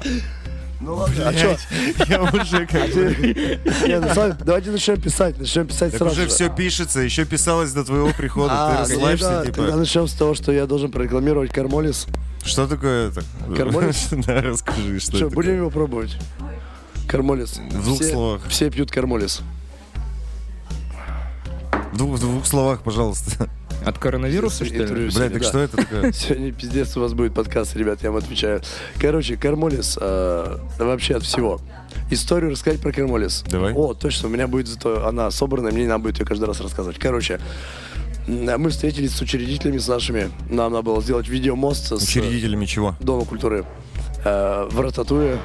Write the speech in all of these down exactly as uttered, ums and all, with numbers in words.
Ну ладно, а что? Я уже как бы... Давайте начнем писать, начнем писать Так сразу уже же. все пишется, еще писалось до твоего прихода. А, Ты расслабься, тогда, типа... тогда начнем с того, что я должен прорекламировать Кармолис. Что такое это? Кармолис? Да, расскажи, что Что, это будем такое. его пробовать? Кармолис. В двух все, словах. Все пьют Кармолис. В двух, в двух словах, пожалуйста. От коронавируса, что ли? Интервью Блядь, сегодня, так да. что это такое? Сегодня пиздец у вас будет подкаст, ребят, я вам отвечаю. Короче, Кармолис э, вообще от всего. Историю рассказать про Кармолис. Давай. О, точно, у меня будет зато она собранная, мне не надо будет ее каждый раз рассказывать. Короче, м, мы встретились с учредителями с нашими. Нам надо было сделать видеомост с Учредителями чего? Дома культуры э, в Рататуе.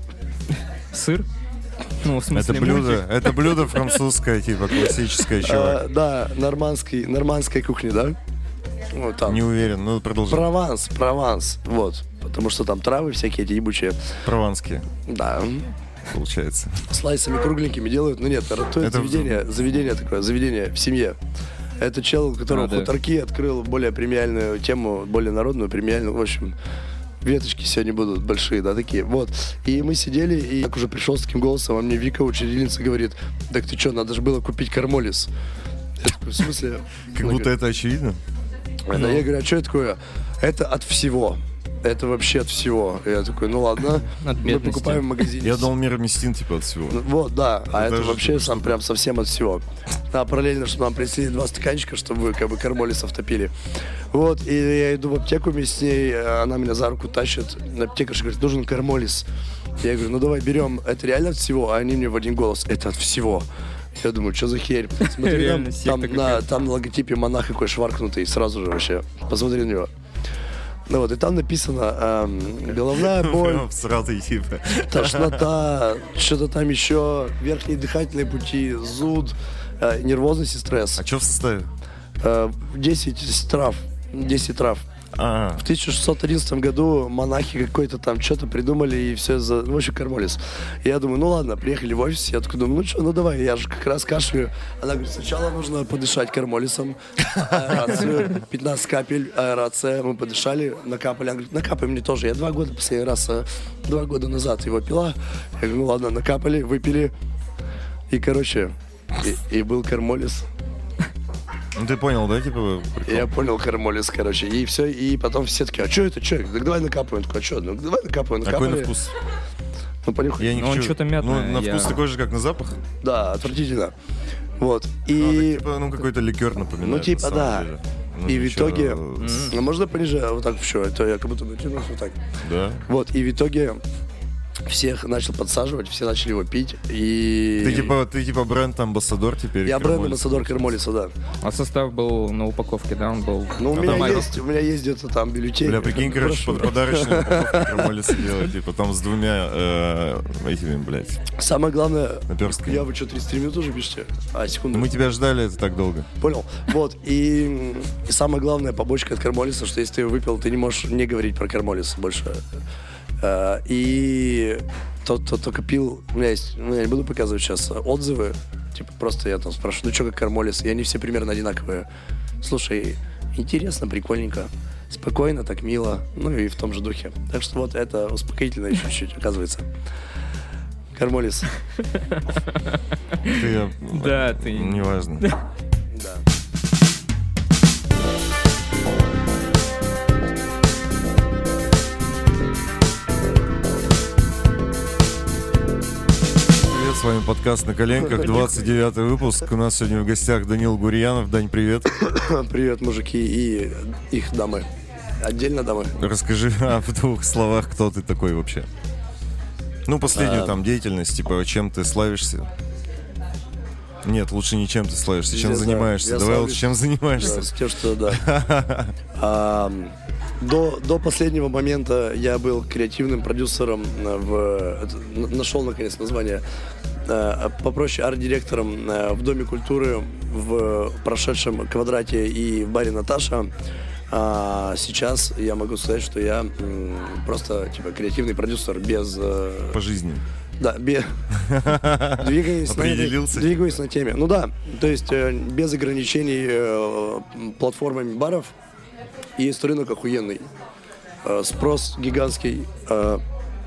Сыр? Ну, в Это смысле, блюдо, мультик. это блюдо французское, типа классическое, чувак. Э, да, нормандской, нормандской кухни, да? Вот там. Не уверен, ну продолжи. Прованс, Прованс, вот. Потому что там травы всякие эти ебучие. Прованские, Да. получается. Слайсами кругленькими делают. Но нет, Рататуе Это это заведение, заведение такое, заведение в семье. Это чел, у которого А, да. хуторки открыл более премиальную тему, более народную, премиальную. В общем, веточки сегодня будут большие, да, такие. Вот. И мы сидели, и как уже пришел с таким голосом, а мне Вика, учредительница, говорит: так ты что, надо же было купить Кармолис. Я такой, в смысле? Как Она будто говорит, это очевидно. да, я говорю, а что это такое? Это от всего. Это вообще от всего. Я такой, ну ладно, От мы бедности. покупаем в магазине. Я думал, мироместин типа от всего. Ну, вот, да. А Это это же вообще типа сам прям совсем от всего. А параллельно, что нам принесли два стаканчика, чтобы как бы Кармолисов топили. Вот, и я иду в аптеку вместе с ней, она меня за руку тащит. Аптекарша говорит, нужен Кармолис. Я говорю, ну давай берем, это реально от всего? А они мне в один голос, это от всего. Я думаю, что за херь? Смотри, там, Реально секта там, на, какая-то. там на логотипе монах какой шваркнутый, сразу же вообще. Посмотри на него. Ну вот, и там написано эм, головная боль, Всратый типа. тошнота, что-то там еще, верхние дыхательные пути, зуд, э, нервозность и стресс. А что в составе? Э, десять трав, десять трав. А, В тысяча шестьсот одиннадцатом году монахи какой-то там что-то придумали, и все за... Ну, в общем, Кармолис. И я думаю, ну ладно, приехали в офис, я такой думаю, ну что, ну давай, я же как раз кашляю. Она говорит, сначала нужно подышать Кармолисом, аэрацию, пятнадцать капель, аэрация, мы подышали, накапали. Она говорит, накапай мне тоже. Я два года последний раз, а, два года назад его пила. Я говорю, ну ладно, накапали, выпили. И, короче, и, и был Кармолис. ну ты понял, да, типа? прикол? Я понял Кармолис, короче. И все, и потом все такие, а что это, что? Так давай накапаем. Я такой, а что? Ну давай накапаем, А какой накапали. на вкус? Ну, понюхай. Я не Ну, он хочу. что-то мятное, Ну, на я- вкус такой же, как на запах? Да, отвратительно. Вот. Ну, И, так, типа, ну, какой-то ликер напоминает. ну, на типа, самом да. деле. Ну, И в ничего, итоге- э, а можно пониже, вот так все, это я как будто натянулся вот так. Да. Вот, и в итоге всех начал подсаживать, все начали его пить, и... Ты типа, ты типа бренд-амбассадор теперь? Я Кармолиса. бренд-амбассадор Кармолиса, да. А состав был на упаковке, да, он был. Ну, у А меня там- есть, у меня есть где-то там бюллетень. Бля, прикинь, короче, под Брошюра. подарочную упаковку Кармолиса делать, типа, там с двумя э, этими, блядь. Самое главное... Наперстками. Я, вы что, тридцать три минуты уже пишете? А, секунду. Мы тебя ждали, это так долго. Понял. Вот. И, и самая главная побочка от Кармолиса, что если ты его выпил, ты не можешь не говорить про Кармолис больше. Э, И тот, кто только пил, у меня есть, ну, я не буду показывать сейчас отзывы, типа просто я там спрашиваю, ну что как Кармолис, и они все примерно одинаковые. Слушай, интересно, прикольненько, спокойно, так мило, ну и в том же духе. Так что вот это успокоительно еще чуть-чуть, оказывается. Кармолис. Ты, э, Да, ты. Неважно. Да. Привет, с вами подкаст «На коленках», двадцать девятый выпуск. У нас сегодня в гостях Данил Гурьянов. Дань, привет. Привет, мужики и их дамы. Отдельно дамы. Расскажи а, в двух словах, кто ты такой вообще. Ну, последнюю А. там деятельность, типа, чем ты славишься. Нет, лучше не чем ты славишься, чем Я знаю, занимаешься. я Давай славлюсь. лучше чем занимаешься. Да, с тем, что да. А, до, до последнего момента я был креативным продюсером в... это, н- нашел, наконец, название. э, Попроще арт-директором э, в Доме культуры в прошедшем «Квадрате» и в баре «Наташа». А сейчас я могу сказать, что я м, просто типа креативный продюсер без... э, По жизни. Да, без... Двигаясь, Определился? На, двигаясь на теме. Ну да, то есть э, без ограничений э, платформами баров. Есть рынок охуенный. Э, спрос гигантский. Э,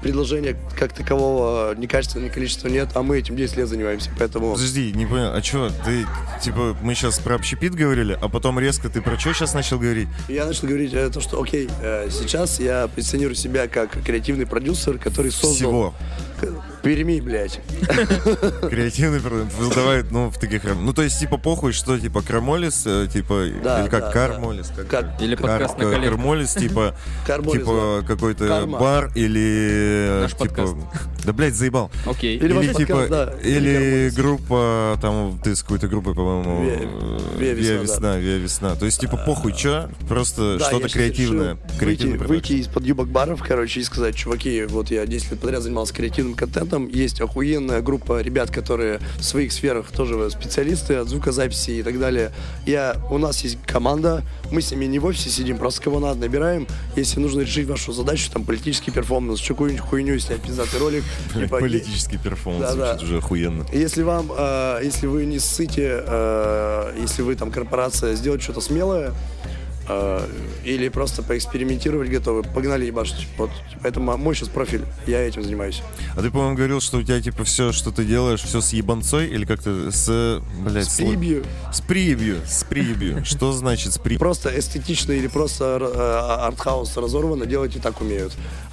предложения как такового ни качества, ни количества нет, а мы этим десять лет занимаемся, поэтому... Подожди, не понял, а что, ты, типа, мы сейчас про общепит говорили, а потом резко ты про что сейчас начал говорить? Я начал говорить э, то, что, окей, э, сейчас я позиционирую себя как креативный продюсер, который создал... Всего. Перми, блядь. Креативный продукт выдавает, ну, в таких... Ну, то есть, типа, похуй, что, типа, Крамолис, э, типа, Да, или как да, Кармолис, как... Как? Или Кар- подкаст на коленках. Кармолис, типа, Кармолис, типа какой-то Карма. бар или Наш типа, подкаст. да, блядь, заебал. Окей. Или Или, ваш типа, подкаст, да, или или Кармолис. группа, там, ты с какой-то группой, по-моему, Ве- э, Ве- Весна, Весна, Ве- Весна. То есть, типа, похуй, чё, просто Да, что-то я щас креативное. решил Креативный выйти, продакшн. выйти из-под юбок баров, короче, и сказать, чуваки, вот я десять лет подряд занимался креативным контентом, есть охуенная группа ребят, которые в своих сферах тоже специалисты от звукозаписи и так далее. Я, у нас есть команда, мы с ними не в офисе сидим, просто кого надо набираем. Если нужно решить вашу задачу, там, политический перформанс, что какую-нибудь хуйню снять, пиздатый ролик. Блядь, типа, политический перформанс, Да, да. звучит уже охуенно. Если вам, э, если вы не ссыте, э, если вы там корпорация, сделать что-то смелое, э, или просто поэкспериментировать готовы, погнали ебашить. Вот, это мой сейчас профиль, я этим занимаюсь. А ты, по-моему, говорил, что у тебя, типа, все, что ты делаешь, все с ебанцой, или как-то с, блядь, С прибью. С прибью, с прибью. Что значит с прибью? Просто эстетично или просто э, артхаус разорвано делать и так умеют.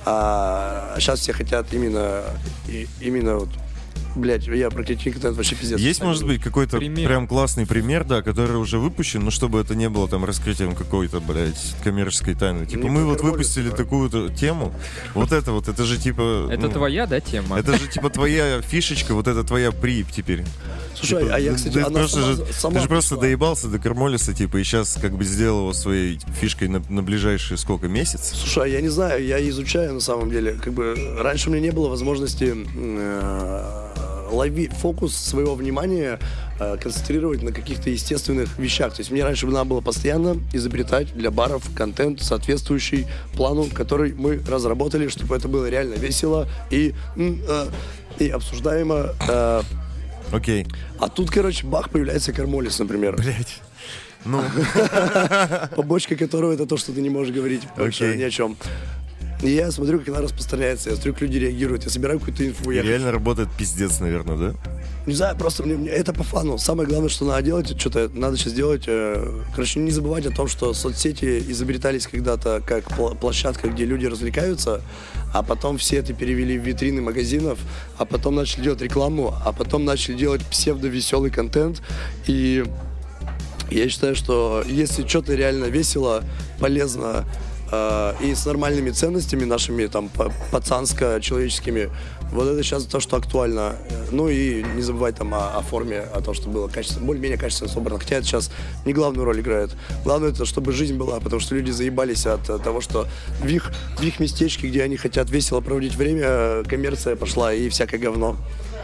А сейчас все хотят именно, и- именно вот, блядь, я про креативный контент вообще пиздец. Есть, может быть, какой-то Пример. прям классный пример, да, который уже выпущен, но чтобы это не было там раскрытием какой-то, блядь, коммерческой тайны. Типа, Не мы про вот Кармолис, выпустили да. такую-то тему, вот это вот, это же типа... Это ну, твоя, да, тема? Это же типа твоя фишечка, вот это твоя прип теперь. Слушай, Типа, а я, ты- кстати, ты она просто сама, же, сама ты же просто пришла. доебался до Кармолиса, типа, и сейчас как бы сделал его своей фишкой на, на ближайшие сколько, месяц? Слушай, а я не знаю, я изучаю на самом деле. Как бы раньше у меня не было возможности э, ловить фокус своего внимания, э, концентрировать на каких-то естественных вещах. То есть мне раньше надо было постоянно изобретать для баров контент, соответствующий плану, который мы разработали, чтобы это было реально весело и, м, э, и обсуждаемо. э. Окей. А тут, короче, бах, появляется Кармолис, например. Блять. Ну, Побочка которого это то, что ты не можешь говорить больше Окей. ни о чем. И я смотрю, как она распространяется, я смотрю, как люди реагируют, я собираю какую-то инфу. и Я реально работает пиздец, наверное, да? не знаю, просто мне, мне это по фану. Самое главное, что надо делать, это что-то надо сейчас делать. Э, короче, не забывать о том, что соцсети изобретались когда-то как пла- площадка, где люди развлекаются, а потом все это перевели в витрины магазинов, а потом начали делать рекламу, а потом начали делать псевдо-веселый контент. И я считаю, что если что-то реально весело, полезно э, и с нормальными ценностями нашими, там, па- пацанско-человеческими, вот это сейчас то, что актуально. Ну и не забывать там о, о форме, о том, что было качественно, более-менее качественно собрано. Хотя это сейчас не главную роль играет. Главное это, чтобы жизнь была, потому что люди заебались от э, того, что в их, в их местечке, где они хотят весело проводить время, э, коммерция пошла и всякое говно.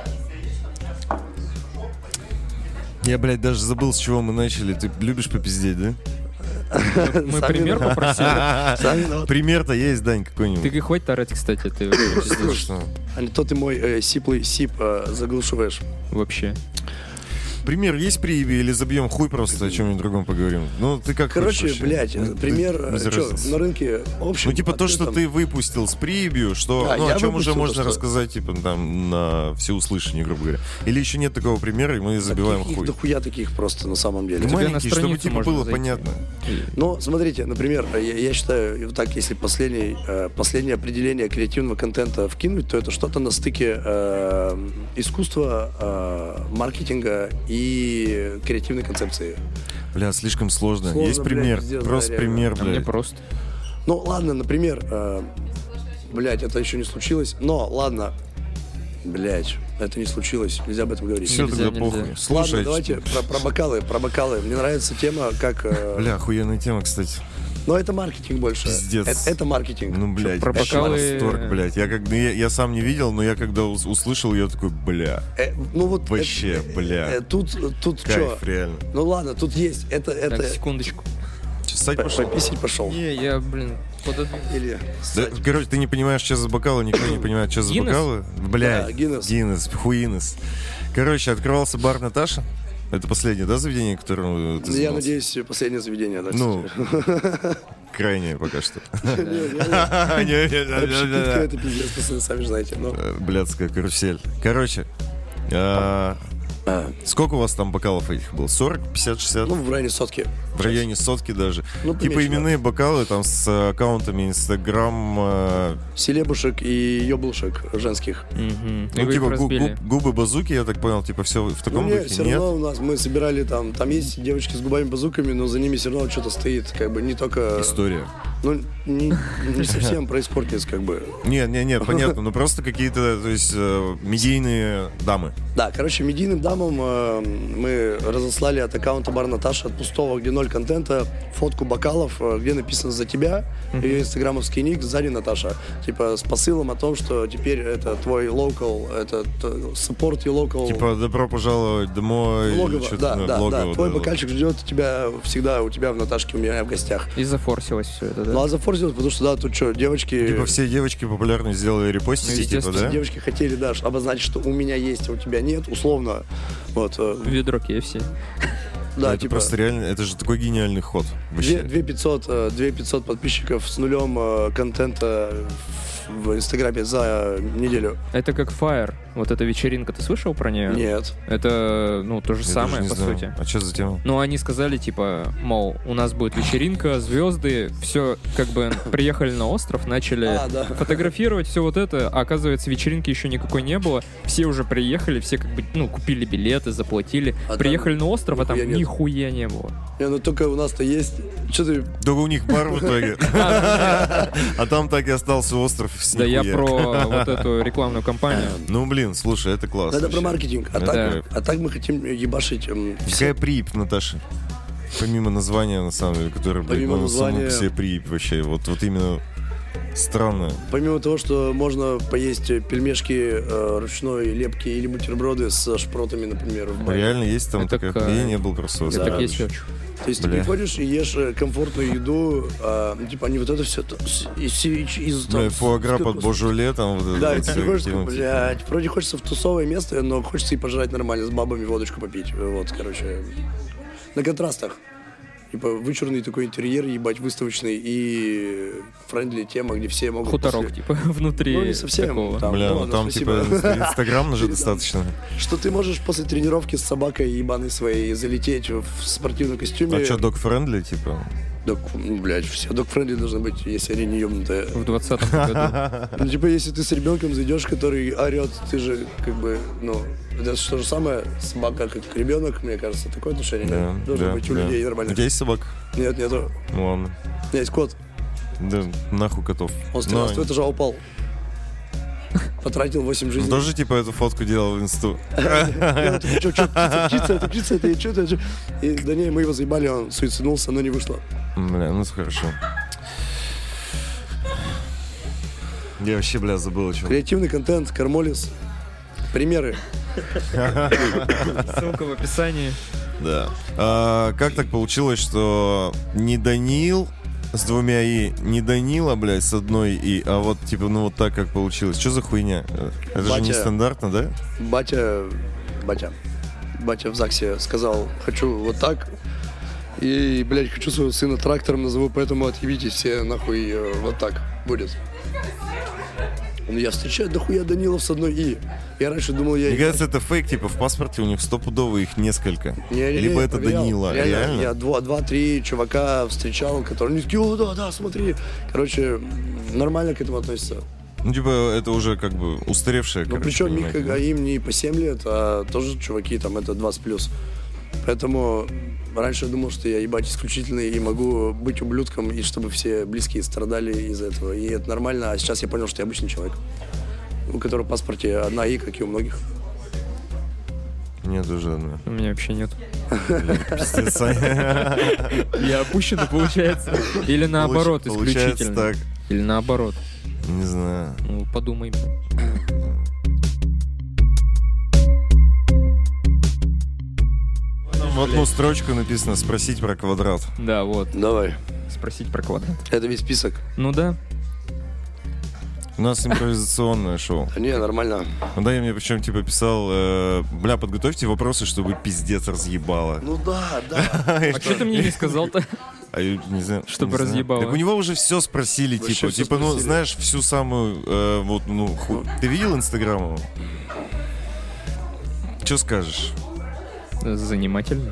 Я, блядь, даже забыл, с чего мы начали. Ты любишь попиздеть, да? Мы Сами пример виноваты. попросили. Сами виноваты. Пример-то есть, Дань, какой-нибудь. Ты хватит орать, кстати, ты Что? А не то ты мой э, сиплый сип э, заглушиваешь. вообще. Пример есть при Ибе или забьем хуй просто о чем-нибудь другом поговорим? Ну, ты как Короче, хочешь вообще. блядь, Ну, пример, без э, чё, разницы. на рынке общем. Ну, типа то, что открытом. ты выпустил с прибью, что, Да, ну, я о чем уже выпустил то, можно что- рассказать, типа, там, на всеуслышание, грубо говоря. Или еще нет такого примера, и мы забиваем Таких хуй. дохуя таких просто на самом деле. Ну, Тебе на маленький, чтобы, страницу типа, можно было зайти. понятно. Ну, смотрите, например, я, я считаю, вот так, если последний, э, последнее определение креативного контента вкинуть, то это что-то на стыке э, искусства, э, маркетинга и креативной концепции. Бля, слишком сложно. Сложно, Есть блядь, пример. пиздец, да, Просто реально. пример, А мне блядь. просто. Ну, ладно, например, э, блядь, это еще не случилось, но ладно, блядь, это не случилось, нельзя об этом говорить. Все Нельзя, тогда похуй. нельзя. Ладно, Слушай, давайте про, про бокалы, про бокалы. Мне нравится тема, как... э, Бля, охуенная тема, кстати. но это маркетинг больше. Пиздец. Это, это маркетинг. Ну, блядь, про это бокалы- восторг, блядь. Я, как, ну, я, я сам не видел, но я когда ус- услышал, я такой, бля, Э, ну вот вообще, э, бля. э, тут тут кайф, что? реально. Ну ладно, тут есть. Это Так, это. секундочку. Чё, ссать П- пошел? Пописить пошел. Не, я, блин, пододвинул. Или. Да, короче, ты не понимаешь, что за бокалы, никто не понимает, что за Гиннес? бокалы. Блядь, Да, Гиннес. Гиннес, хуинес. Короче, открывался бар Наташа. Это последнее, да, заведение, которому ты Я занимался? надеюсь, последнее заведение, да, Ну, кстати. крайнее пока что. Общепитка — это пиздец, пацаны, сами же знаете. но- Блядская карусель. Короче, а, А, сколько у вас там бокалов этих было? сорок, пятьдесят, шестьдесят? Ну, в районе сотки. В районе сотки даже. Ну, Типа поменьше, именные бокалы там с аккаунтами Инстаграм. э, Селебушек и ёблушек женских. Мгм. И Ну, вы их типа гу- разбили. губ- губы базуки, я так понял, типа все в Ну, таком нет, духе. все Нет? равно у нас мы собирали там, там есть девочки с губами-базуками, но за ними все равно что-то стоит, как бы не только... История. Ну, не, не совсем про эскортниц, как бы. Нет, нет, нет, понятно. Ну просто какие-то, то есть, э, медийные дамы. Да, короче, медийным дамам э, мы разослали от аккаунта Бар Наташа, от пустого, где ноль контента, фотку бокалов, э, где написано «За тебя», ее инстаграмовский ник, сзади Наташа. Типа с посылом о том, что теперь это твой local, это т- support your local. Типа добро пожаловать домой. в логово, что-то, да, ну, да, в логово, да. Твой да, бокальчик ждет тебя всегда у тебя в Наташке, у меня в гостях. И зафорсилось все это, да? Ну, а зафорсилось, потому что, да, тут что, девочки... Типа все девочки популярные сделали репостики, Ну, типа, естественно. да? Девочки хотели, да, ш- обозначить, что у меня есть, а у тебя нет, условно. Вот, э, Ведро кей эф си. да, это типа... просто реально, это же такой гениальный ход. Вообще. две пятьсот, э, две пятьсот подписчиков с нулем э, контента в в Инстаграме за неделю. Это как Fire. Вот эта вечеринка, ты слышал про нее? Нет. Это, ну, то же Я даже самое, не по знаю. сути. А что за тема? Ну, они сказали, типа, мол, у нас будет вечеринка, звезды, все, как бы, приехали на остров, начали А, да. фотографировать, все вот это, а оказывается, вечеринки еще никакой не было, все уже приехали, все, как бы, ну, купили билеты, заплатили, А приехали там на остров, а там нихуя нет. нихуя не было. Не, ну только у нас-то есть... Что ты... Да у них бар в итоге. А там так и остался остров с Да я нихуя. про вот эту рекламную кампанию. Ну, блин, слушай, это классно. Это про вообще. маркетинг. А, Это так, кайф. а так мы хотим ебашить... эм, Какая все- приебь, Наташа? Помимо названия, на самом деле, которое, блядь, Помимо ну, само по названия- себе приебь вообще. Вот, вот именно странно. Помимо того, что можно поесть пельмешки э, ручной лепки или бутерброды с шпротами, например, в бане. Реально есть там Это такая... кайф. Я не был просто. в Я Москве. так есть хочу. То есть ты Бля. приходишь и ешь э, комфортную еду, а, ну, типа они вот это все из, из, из Ну, и там, фуагра с- под божуле, там вот это Да, и вот ты всё приходишь, кинуть. такой, блядь, вроде хочется в тусовое место, но хочется и пожрать нормально, с бабами водочку попить. Вот, короче, на контрастах. Типа вычурный такой интерьер, ебать, выставочный и френдли тема, где все могут... Хуторок, после- типа, внутри Ну, не совсем. такого. Там, Бля, ну ну ладно, там спасибо. типа инст- инстаграм же достаточно. Что ты можешь после тренировки с собакой ебаной своей залететь в спортивном костюме. А что, док-френдли, типа? Док, ну, блядь, все док-френдли должны быть, если они не ебнутые. В двадцатом году. Ну, типа, если ты с ребенком зайдешь, который орет, ты же, как бы, ну, это же то же самое, собака как ребенок, мне кажется, такое отношение Да, должно да, быть у да. людей У нормально. тебя есть собака? Нет, нету. Ну ладно. У меня есть кот, Да нахуй котов. он с Но тринадцатого этажа упал. Потратил восемь он жизней. тоже типа эту фотку делал в инсту. Я такой, «Чё, чё, птица, птица, это птица, это что это?» И да не, мы его заебали, он суициднулся, но не вышло. Бля, ну хорошо. Я вообще, бля, забыл о чем. Креативный контент, Кармолис. Примеры. Ссылка в описании. Да. А, как так получилось, что не Данил с двумя и, не Данила, блядь, с одной и, а вот типа, ну вот так как получилось. Что за хуйня? Это же Батя. не стандартно, да? Батя, батя, батя в ЗАГСе сказал, хочу вот так. И, блядь, хочу своего сына трактором назову, поэтому отъебитесь все нахуй, э, вот так будет. Ну, я встречаю дохуя Данилов с одной «и». Я раньше думал, я... Мне кажется, это фейк, типа в паспорте у них стопудово их несколько. Не, не, не, Либо это проверял. Данила, Реально, реально? Я два, два-три чувака встречал, которые не такие, о, да, да, смотри. Короче, нормально к этому относятся. Ну, типа, это уже как бы устаревшая, Ну, короче, причем понимаете, Мика, да? им не по семь лет, а тоже чуваки, там, это двадцать плюс. Поэтому раньше я думал, что я, ебать, исключительный и могу быть ублюдком, и чтобы все близкие страдали из-за этого. И это нормально, а сейчас я понял, что я обычный человек, у которого в паспорте одна «и», как и у многих. Нет, уже одна. У меня вообще нет. Пиздец, Саня. Я опущенный, получается. Или наоборот, Получ- Получается исключительно. так. Или наоборот. Не знаю. Ну, подумай. В одну строчку написано «спросить про квадрат». Да, вот. Давай. Спросить про квадрат. Это весь список. Ну да. У нас импровизационное шоу. Не, нормально. Ну да, я мне причем типа писал, э, бля, подготовьте вопросы, чтобы пиздец разъебало. Ну да, да. А что ты мне не сказал-то? А я не знаю. Чтобы не знаю. разъебало. Так у него уже все спросили, Вообще типа, всё типа, ну, спросили. знаешь, всю самую, э, вот, ну, ху... ты видел Инстаграм его? Че скажешь? Занимательно.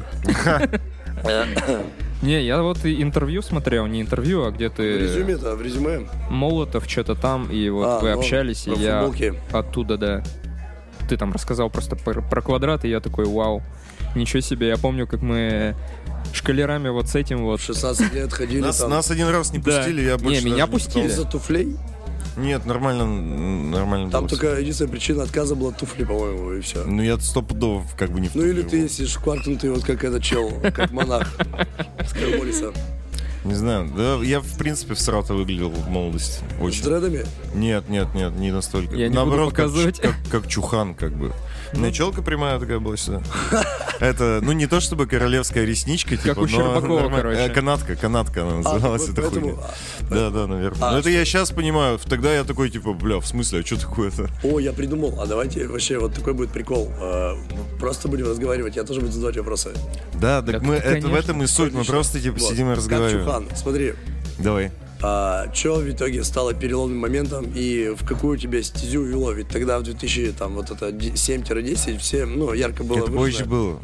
Не, я вот и интервью смотрел, не интервью, а где В ты... резюме-то, в резюме. Молотов что-то там, и вот А, вы ну, общались, и про я футболки. оттуда, да. Ты там рассказал просто про, про квадрат, и я такой, вау, ничего себе. Я помню, как мы шкалерами вот с этим вот... В шестнадцать лет ходили Нас, там. нас один раз не Да. пустили, я Не, больше меня даже пустили. Из-за туфлей. Нет, нормально, м, нормально Там было только всё. единственная причина отказа была туфли, по-моему, и все. Ну, я стопудово как бы не в Ну или туфли ты был. сидишь кваркнутый, вот как этот чел, как монах с Карболиса. Не знаю, да, я в принципе всрато выглядел в молодости. С Очень. дредами? Нет, нет, нет, не настолько. Я не Наоборот, буду как, показывать. как, как чухан, как бы. У меня челка прямая такая была сюда. Это, ну, не то чтобы королевская ресничка, типа, у но Щербакова, нормально. короче. Э, Канатка, канатка она А, называлась, вот эта поэтому- хуйня. Да, да, наверное. А, Но это я сейчас понимаю. Тогда я такой, типа, бля, в смысле, а что такое-то? О, я придумал. А давайте вообще вот такой будет прикол. Э, Просто будем разговаривать, я тоже буду задавать вопросы. Да, так Так, мы, это, в конечно. этом и суть. Мы Отлично. просто, типа, Вот. сидим и Как разговариваем. Чухан, смотри, Давай. а, что в итоге стало переломным моментом и в какую тебя стезю вело? Ведь тогда в две тысячи там вот это семь-десять все, ну, ярко было Это позже выражено. было.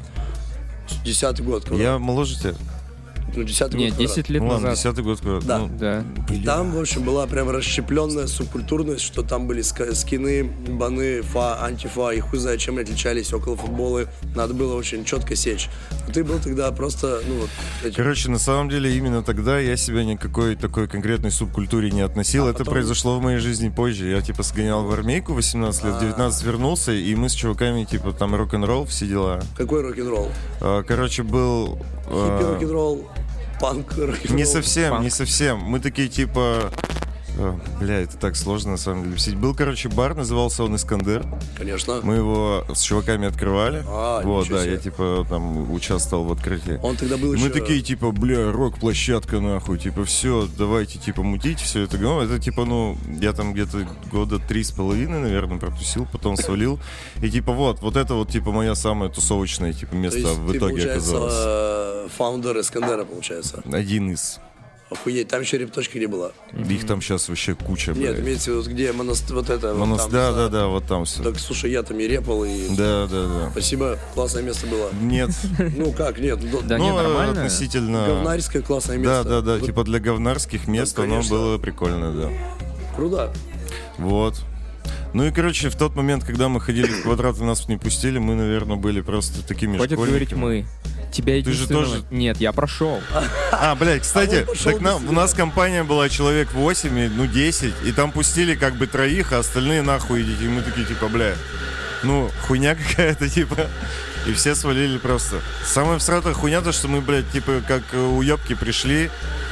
Десятый год. когда? Я моложе тебя. Ну, десятый Не, год. когда? десять лет Ну ладно, назад. десятый год. когда- Да. ну, Да. И там, в общем, была прям расщепленная субкультурность, что там были ска- скины, баны, фа, антифа, и хуй знает, чем отличались около футболы. Надо было очень четко сечь. Но ты был тогда просто, ну вот... эти- Короче, на самом деле, именно тогда я себя никакой такой конкретной субкультуре не относил. А Это потом- произошло в моей жизни позже. Я, типа, сгонял в армейку восемнадцать лет, в девятнадцать вернулся, и мы с чуваками, типа, там рок-н-ролл, все дела. Какой рок-н-ролл? А, Короче, был... а, Хиппи рок-н-ролл, панк рок-н-ролл. Не совсем, Панк. не совсем. Мы такие, типа... а, Бля, это так сложно, на самом деле. объяснить. Был, короче, бар, назывался он «Искандер». Конечно. Мы его с чуваками открывали. А, вот, ничего да, себе. я, типа, там участвовал в открытии. Он тогда был И еще... мы такие, типа, бля, рок-площадка, нахуй, типа, все, давайте, типа, мутить все это говно. Это, типа, ну, я там где-то года три с половиной, наверное, протусил, потом свалил. И, типа, вот, вот это вот, типа, моя самая тусовочное, типа, То место есть в ты, итоге получается, оказалось. э, фаундер Искандера, получается. Один из. Охуеть, там еще репточка не была. Их там сейчас вообще куча, Нет, блядь. имеется в виду, где монаст... вот это... вот Монас- там Да, за- да, да, вот там все. Так, слушай, я там и репал, и... Да, да, да. Спасибо, классное место было. Нет. Ну как, нет, ну, Да Ну, не, нормально. относительно... говнарское классное Да, место. да, да, Вот типа для говнарских мест оно конечно. было прикольно, да. Круто. Вот. Ну и, короче, в тот момент, когда мы ходили в квадрат и нас не пустили, мы, наверное, были просто такими Хватит говорить школьниками. мы. Тебя Ты же единственного... тоже- Нет, я прошел. А, блядь, кстати, А он пошел так нам- без у нас компания была человек восемь, и, ну, десять, и там пустили как бы троих, а остальные нахуй идите. И мы такие, типа, бля, ну, хуйня какая-то, типа. И все свалили просто. Самая всратая хуйня то, что мы, блядь, типа, как э, уебки пришли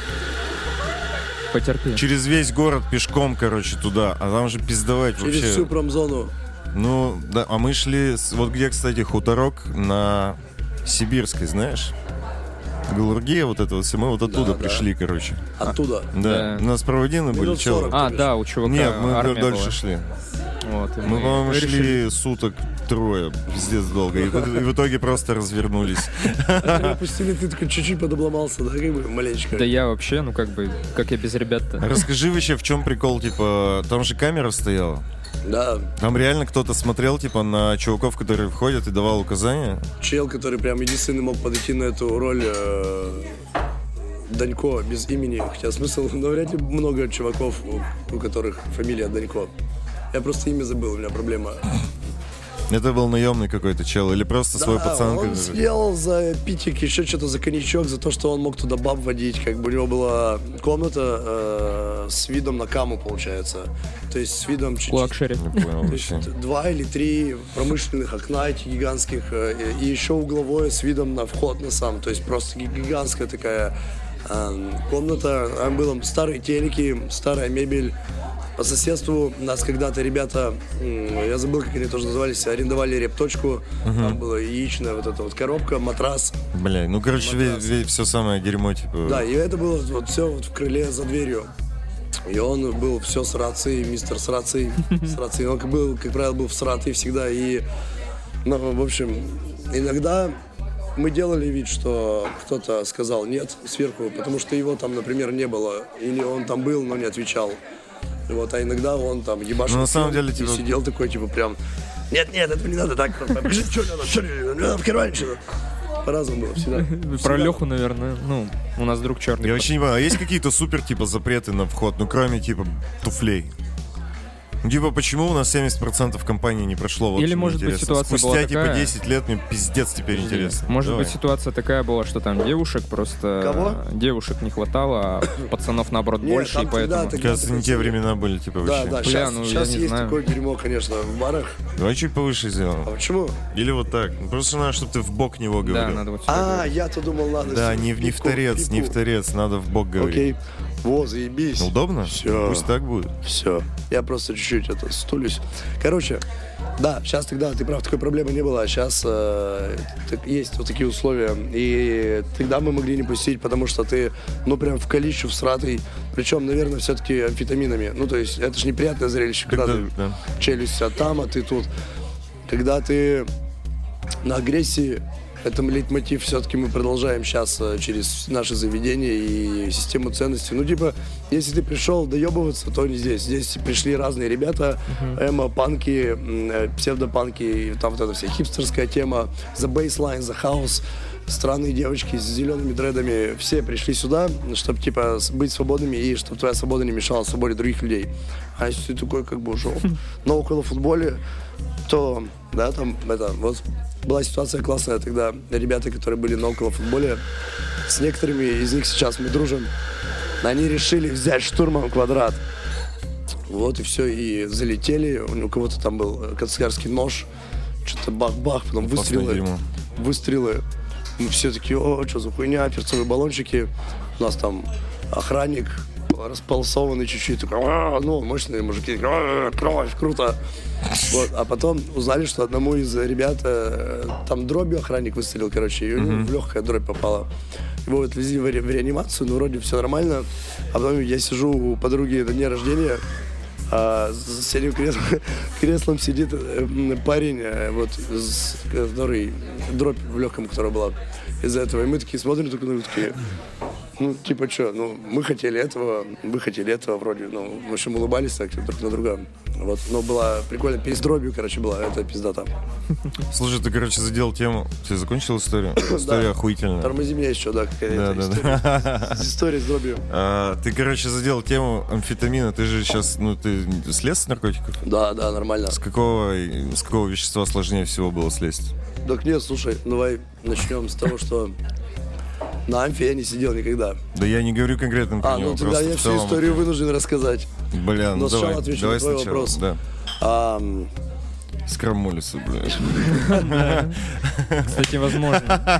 Потерпи. через весь город пешком, короче, туда. А там же пиздовать Через вообще. всю промзону. Ну, да, а мы шли, с- вот где, кстати, хуторок на Сибирской, знаешь? Галургия, вот это вот все, мы вот оттуда Да, да. пришли, короче. Оттуда. Да, Да. нас проводины были, Минут чё? сорок. А, да, у чувака Нет, мы армия дальше была. шли. Вот, и Мы, по-моему, решили- шли суток трое, пиздец долго. И, в- и в итоге просто развернулись. Тебя пустили, ты такой чуть-чуть подобломался, да, как бы маленечко. Да я вообще, ну как бы, как я без ребят-то. Расскажи вообще, в чем прикол, типа, там же камера стояла. Да, Там реально кто-то смотрел, типа, на чуваков, которые входят, и давал указания. чел, который прям единственный мог подойти на эту роль, э, Данько, без имени. Хотя смысл, навряд ли много чуваков, у, у которых фамилия Данько. Я просто имя забыл, у меня проблема. Это был наемный какой-то чел, или просто свой Да, пацан. он который- съел за питик, еще что-то за коньячок, за то, что он мог туда баб водить. Как бы у него была комната э, с видом на Каму, получается. То есть с видом чуть-чуть... Лакшери. Не понял То есть вообще. два или три промышленных окна эти гигантских, э, и еще угловое с видом на вход на сам. То есть просто ги- гигантская такая э, комната. Там были старые телеки, старая мебель. По соседству нас когда-то ребята, м, я забыл, как они тоже назывались, арендовали репточку. Там была яичная вот эта вот коробка, матрас. Бля, ну, короче, Матрас. все самое дерьмо, типа. Да, и это было вот все вот в крыле за дверью. И он был все с рацией, мистер с рацией, с рацией. Он был, как правило, был в срате всегда. И, ну, в общем, иногда мы делали вид, что кто-то сказал нет сверху, потому что его там, например, не было. Или он там был, но не отвечал. Вот, а иногда он там ебашил. Ну, на самом деле, и типа... сидел такой, типа, прям, нет-нет, этого не надо так. Покажи, что надо, что не надо, в кармане что-то. По-разному было всегда. Про всегда. Леху, наверное, ну, у нас друг черный. Я вообще не понимаю, а есть какие-то супер, типа, запреты на вход, ну, кроме, типа, туфлей? Ну, типа, почему у нас семьдесят процентов компании не прошло? Вот Или, что может мне быть, интересно. ситуация Спустя, была типа, такая... десять лет мне пиздец теперь интересно. Может Давай. быть, ситуация такая была, что там девушек просто... Кого? Девушек не хватало, а пацанов, наоборот, Нет, больше, там и поэтому... тогда- тогда- Кажется, не те времена были, типа, Да, вообще. да, Бля, сейчас, ну, я сейчас не есть знаю. такое дерьмо, конечно, в барах. Давай чуть повыше сделаем. А почему? Или вот так. Ну, просто надо, чтобы ты в бок него говорил. Да, надо вот сюда А, говорить. я-то думал, надо... Да, с- не, не в пипку, торец, не в пипку. торец, надо в бок говорить. Окей. Во, заебись. Удобно? Всё. Пусть так будет. Все. Я просто чуть-чуть это стулюсь. Короче, да, сейчас тогда, ты прав, такой проблемы не было, а сейчас э, так, есть вот такие условия. И тогда мы могли не пустить, потому что ты, ну, прям в количу всратый, причем, наверное, все-таки амфетаминами. Ну, то есть, это же неприятное зрелище, когда Когда- ты да. челюсть, а там, а ты тут. Когда ты на агрессии, это лейтмотив все-таки мы продолжаем сейчас э, через наши заведения и систему ценностей. Ну, типа, если ты пришел доебываться, то не здесь. Здесь пришли разные ребята, эмо, панки, м, э, псевдопанки, и там вот эта вся хипстерская тема, the baseline, the house, странные девочки с зелеными дредами. Все пришли сюда, чтобы, типа, с- быть свободными и чтобы твоя свобода не мешала свободе других людей. А если ты такой, как бы, ушел на около футболе, то, да, там, это, вот была ситуация классная тогда. Ребята, которые были на около футболе, с некоторыми из них сейчас мы дружим. Они решили взять штурмом Квадрат. Вот и все, и залетели. У кого-то там был канцелярский нож. Что-то бах-бах, потом Опасное выстрелы. дерьмо. Выстрелы. Мы все такие, о, что за хуйня, перцовые баллончики. У нас там охранник располосованный чуть-чуть, такой, «А, ну, мощные мужики, «А, кровь, круто». Вот, а потом узнали, что одному из ребят э, там дробью охранник выстрелил, короче, и у него в легкая дробь попала. Его отвезли в, ре- в реанимацию, ну, вроде все нормально. А потом я сижу у подруги на дне рождения, а за соседним креслом, креслом сидит э, парень, э, вот, с- который, дробь в легком, которая была из-за этого. И мы такие смотрим, только ну, такие, ну, типа, что, ну, мы хотели этого, вы хотели этого, вроде, ну, в общем, улыбались так друг на друга. Вот, но была прикольно, перед дробью, короче, была, это пиздата. Слушай, ты, короче, задел тему. Ты закончил историю? История охуительная. Тормози меня еще, да, какая-то Да, да, история. да. История с дробью. А, ты, короче, задел тему амфетамина. Ты же сейчас, ну, ты слез с наркотиков? Да, да, нормально. С какого, с какого вещества сложнее всего было слезть? Так нет, слушай, давай начнем с того, что на амфе я не сидел никогда. Да я не говорю конкретно про А, него, ну тогда просто я в всю целом. историю вынужден рассказать. Бля, ну Но сначала давай, отвечу давай на твой сначала, вопрос. да. А, м, Скромолиса, блядь. Кстати, возможно.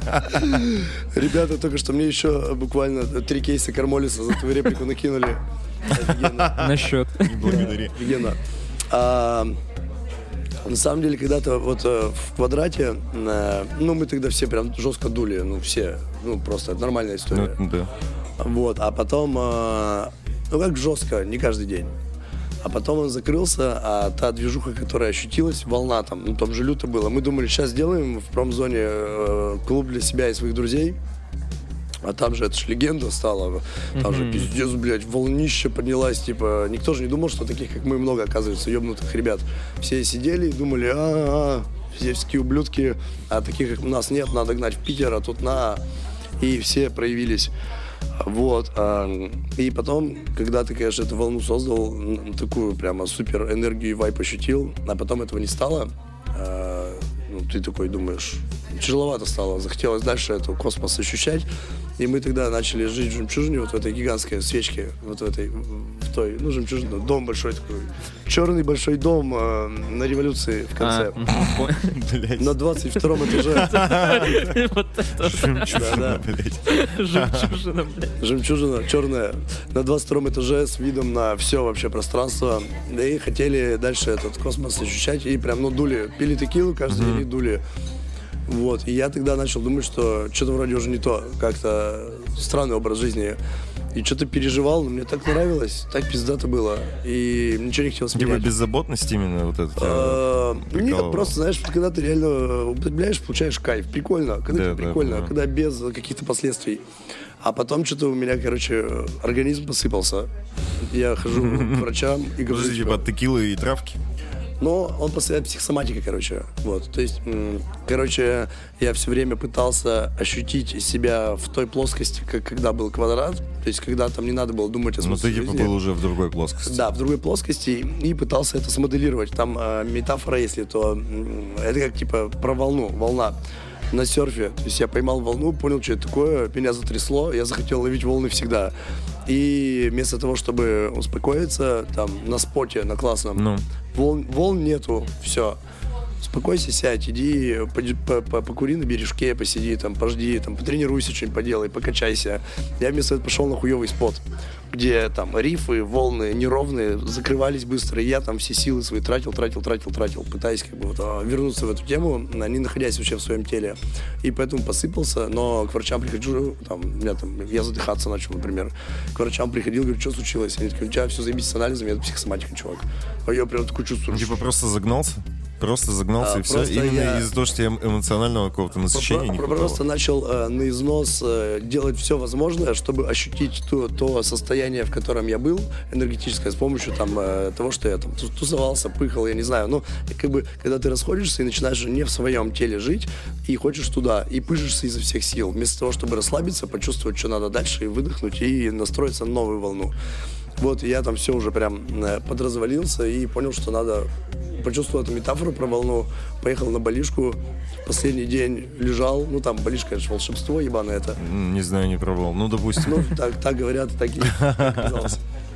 ребята только что мне еще буквально три кейса Кармолиса за твою реплику накинули. Офигенно. На счет. Не благодари. Офигенно. А, на самом деле, когда-то вот э, в Квадрате, э, ну, мы тогда все прям жестко дули, ну, все, ну, просто это нормальная Ну, история. это да. Вот, а потом, э, ну, как жестко, не каждый день. А потом он закрылся, а та движуха, которая ощутилась, волна там, ну, там же люто было. Мы думали, сейчас сделаем в промзоне э, клуб для себя и своих друзей. А там же это ж легенда стала. Там же пиздец, блядь, волнище поднялась. Типа, никто же не думал, что таких, как мы, много, оказывается, ебнутых ребят. Все сидели и думали, а-а-а, все такие ублюдки, а таких, как у нас нет, надо гнать в Питер, а тут на... И все проявились. Вот. а, И потом, когда ты, конечно, эту волну создал, н- такую прямо супер энергию и вайп ощутил, а потом этого не стало, а, ну, ты такой думаешь, тяжеловато стало, захотелось дальше эту космос ощущать. И мы тогда начали жить в «Жемчужине», вот в этой гигантской свечке, вот в этой, в той, ну, «Жемчужина», дом большой такой, черный большой дом э, на Революции в конце. А, мгм, понял. Блядь. На двадцать втором этаже. Вот это Жемчужина, блядь. жемчужина, блядь. Жемчужина черная. На двадцать втором этаже с видом на все вообще пространство. Да и хотели дальше этот космос ощущать. И прям, ну, дули. Пили текилу каждый день и дули. Вот, и я тогда начал думать, что что-то вроде уже не то, как-то странный образ жизни. И что-то переживал, но мне так нравилось, так пиздато было, и ничего не хотелось менять. Типа беззаботность именно вот это? А, нет, просто, знаешь, когда ты реально употребляешь, получаешь кайф. Прикольно, когда да, тебе прикольно, да, да. когда без каких-то последствий. А потом что-то у меня, короче, организм посыпался. Я хожу к врачам и говорю... Подожди, типа от текилы и травки? Но он постоянно психосоматика, короче. Вот, то есть, м- короче, я все время пытался ощутить себя в той плоскости, как когда был квадрат. То есть, когда там не надо было думать о Но смысле ты типа жизни. был уже в другой плоскости. Да, в другой плоскости, и пытался это смоделировать. Там э, метафора, если, то м, это как типа про волну, волна на серфе. То есть я поймал волну, понял, что это такое, меня затрясло, я захотел ловить волны всегда. И вместо того, чтобы успокоиться там на споте, на классном, Ну. волн, волн нету, все. Успокойся, сядь, иди, поди- по- по- покури на бережке, посиди, там, пожди, там, потренируйся, что-нибудь поделай, покачайся. Я вместо этого пошел на хуёвый спот, где там рифы, волны неровные, закрывались быстро, и я там все силы свои тратил, тратил, тратил, тратил, пытаясь как бы вот, а, вернуться в эту тему, не находясь вообще в своем теле. И поэтому посыпался, но к врачам прихожу, там, у меня там, я задыхаться начал, например. К врачам приходил, говорю, что случилось? Они такие, у тебя все заебись с анализами, это психосоматика, чувак. А я прям такой чувствую. Типа просто загнался? Просто загнался А, и все? просто Именно я- из-за того, что тебе эмоционального какого-то насыщения не Про- хватало? Просто начал э, на износ э, делать все возможное, чтобы ощутить то, то состояние, в котором я был, энергетическое, с помощью там, э, того, что я там ту- тусовался, пыхал, я не знаю. Ну, и как бы, когда ты расходишься и начинаешь уже не в своем теле жить, и хочешь туда, и пыжишься изо всех сил, вместо того, чтобы расслабиться, почувствовать, что надо дальше, и выдохнуть, и настроиться на новую волну. Вот, и я там все уже прям э, подразвалился и понял, что надо... Почувствовал эту метафору про волну, поехал на Балишку, последний день лежал, ну там Балишка, конечно, волшебство ебаное это. М, Не знаю, не пробовал. Ну, допустим. Ну, так, так говорят, так и оказалось.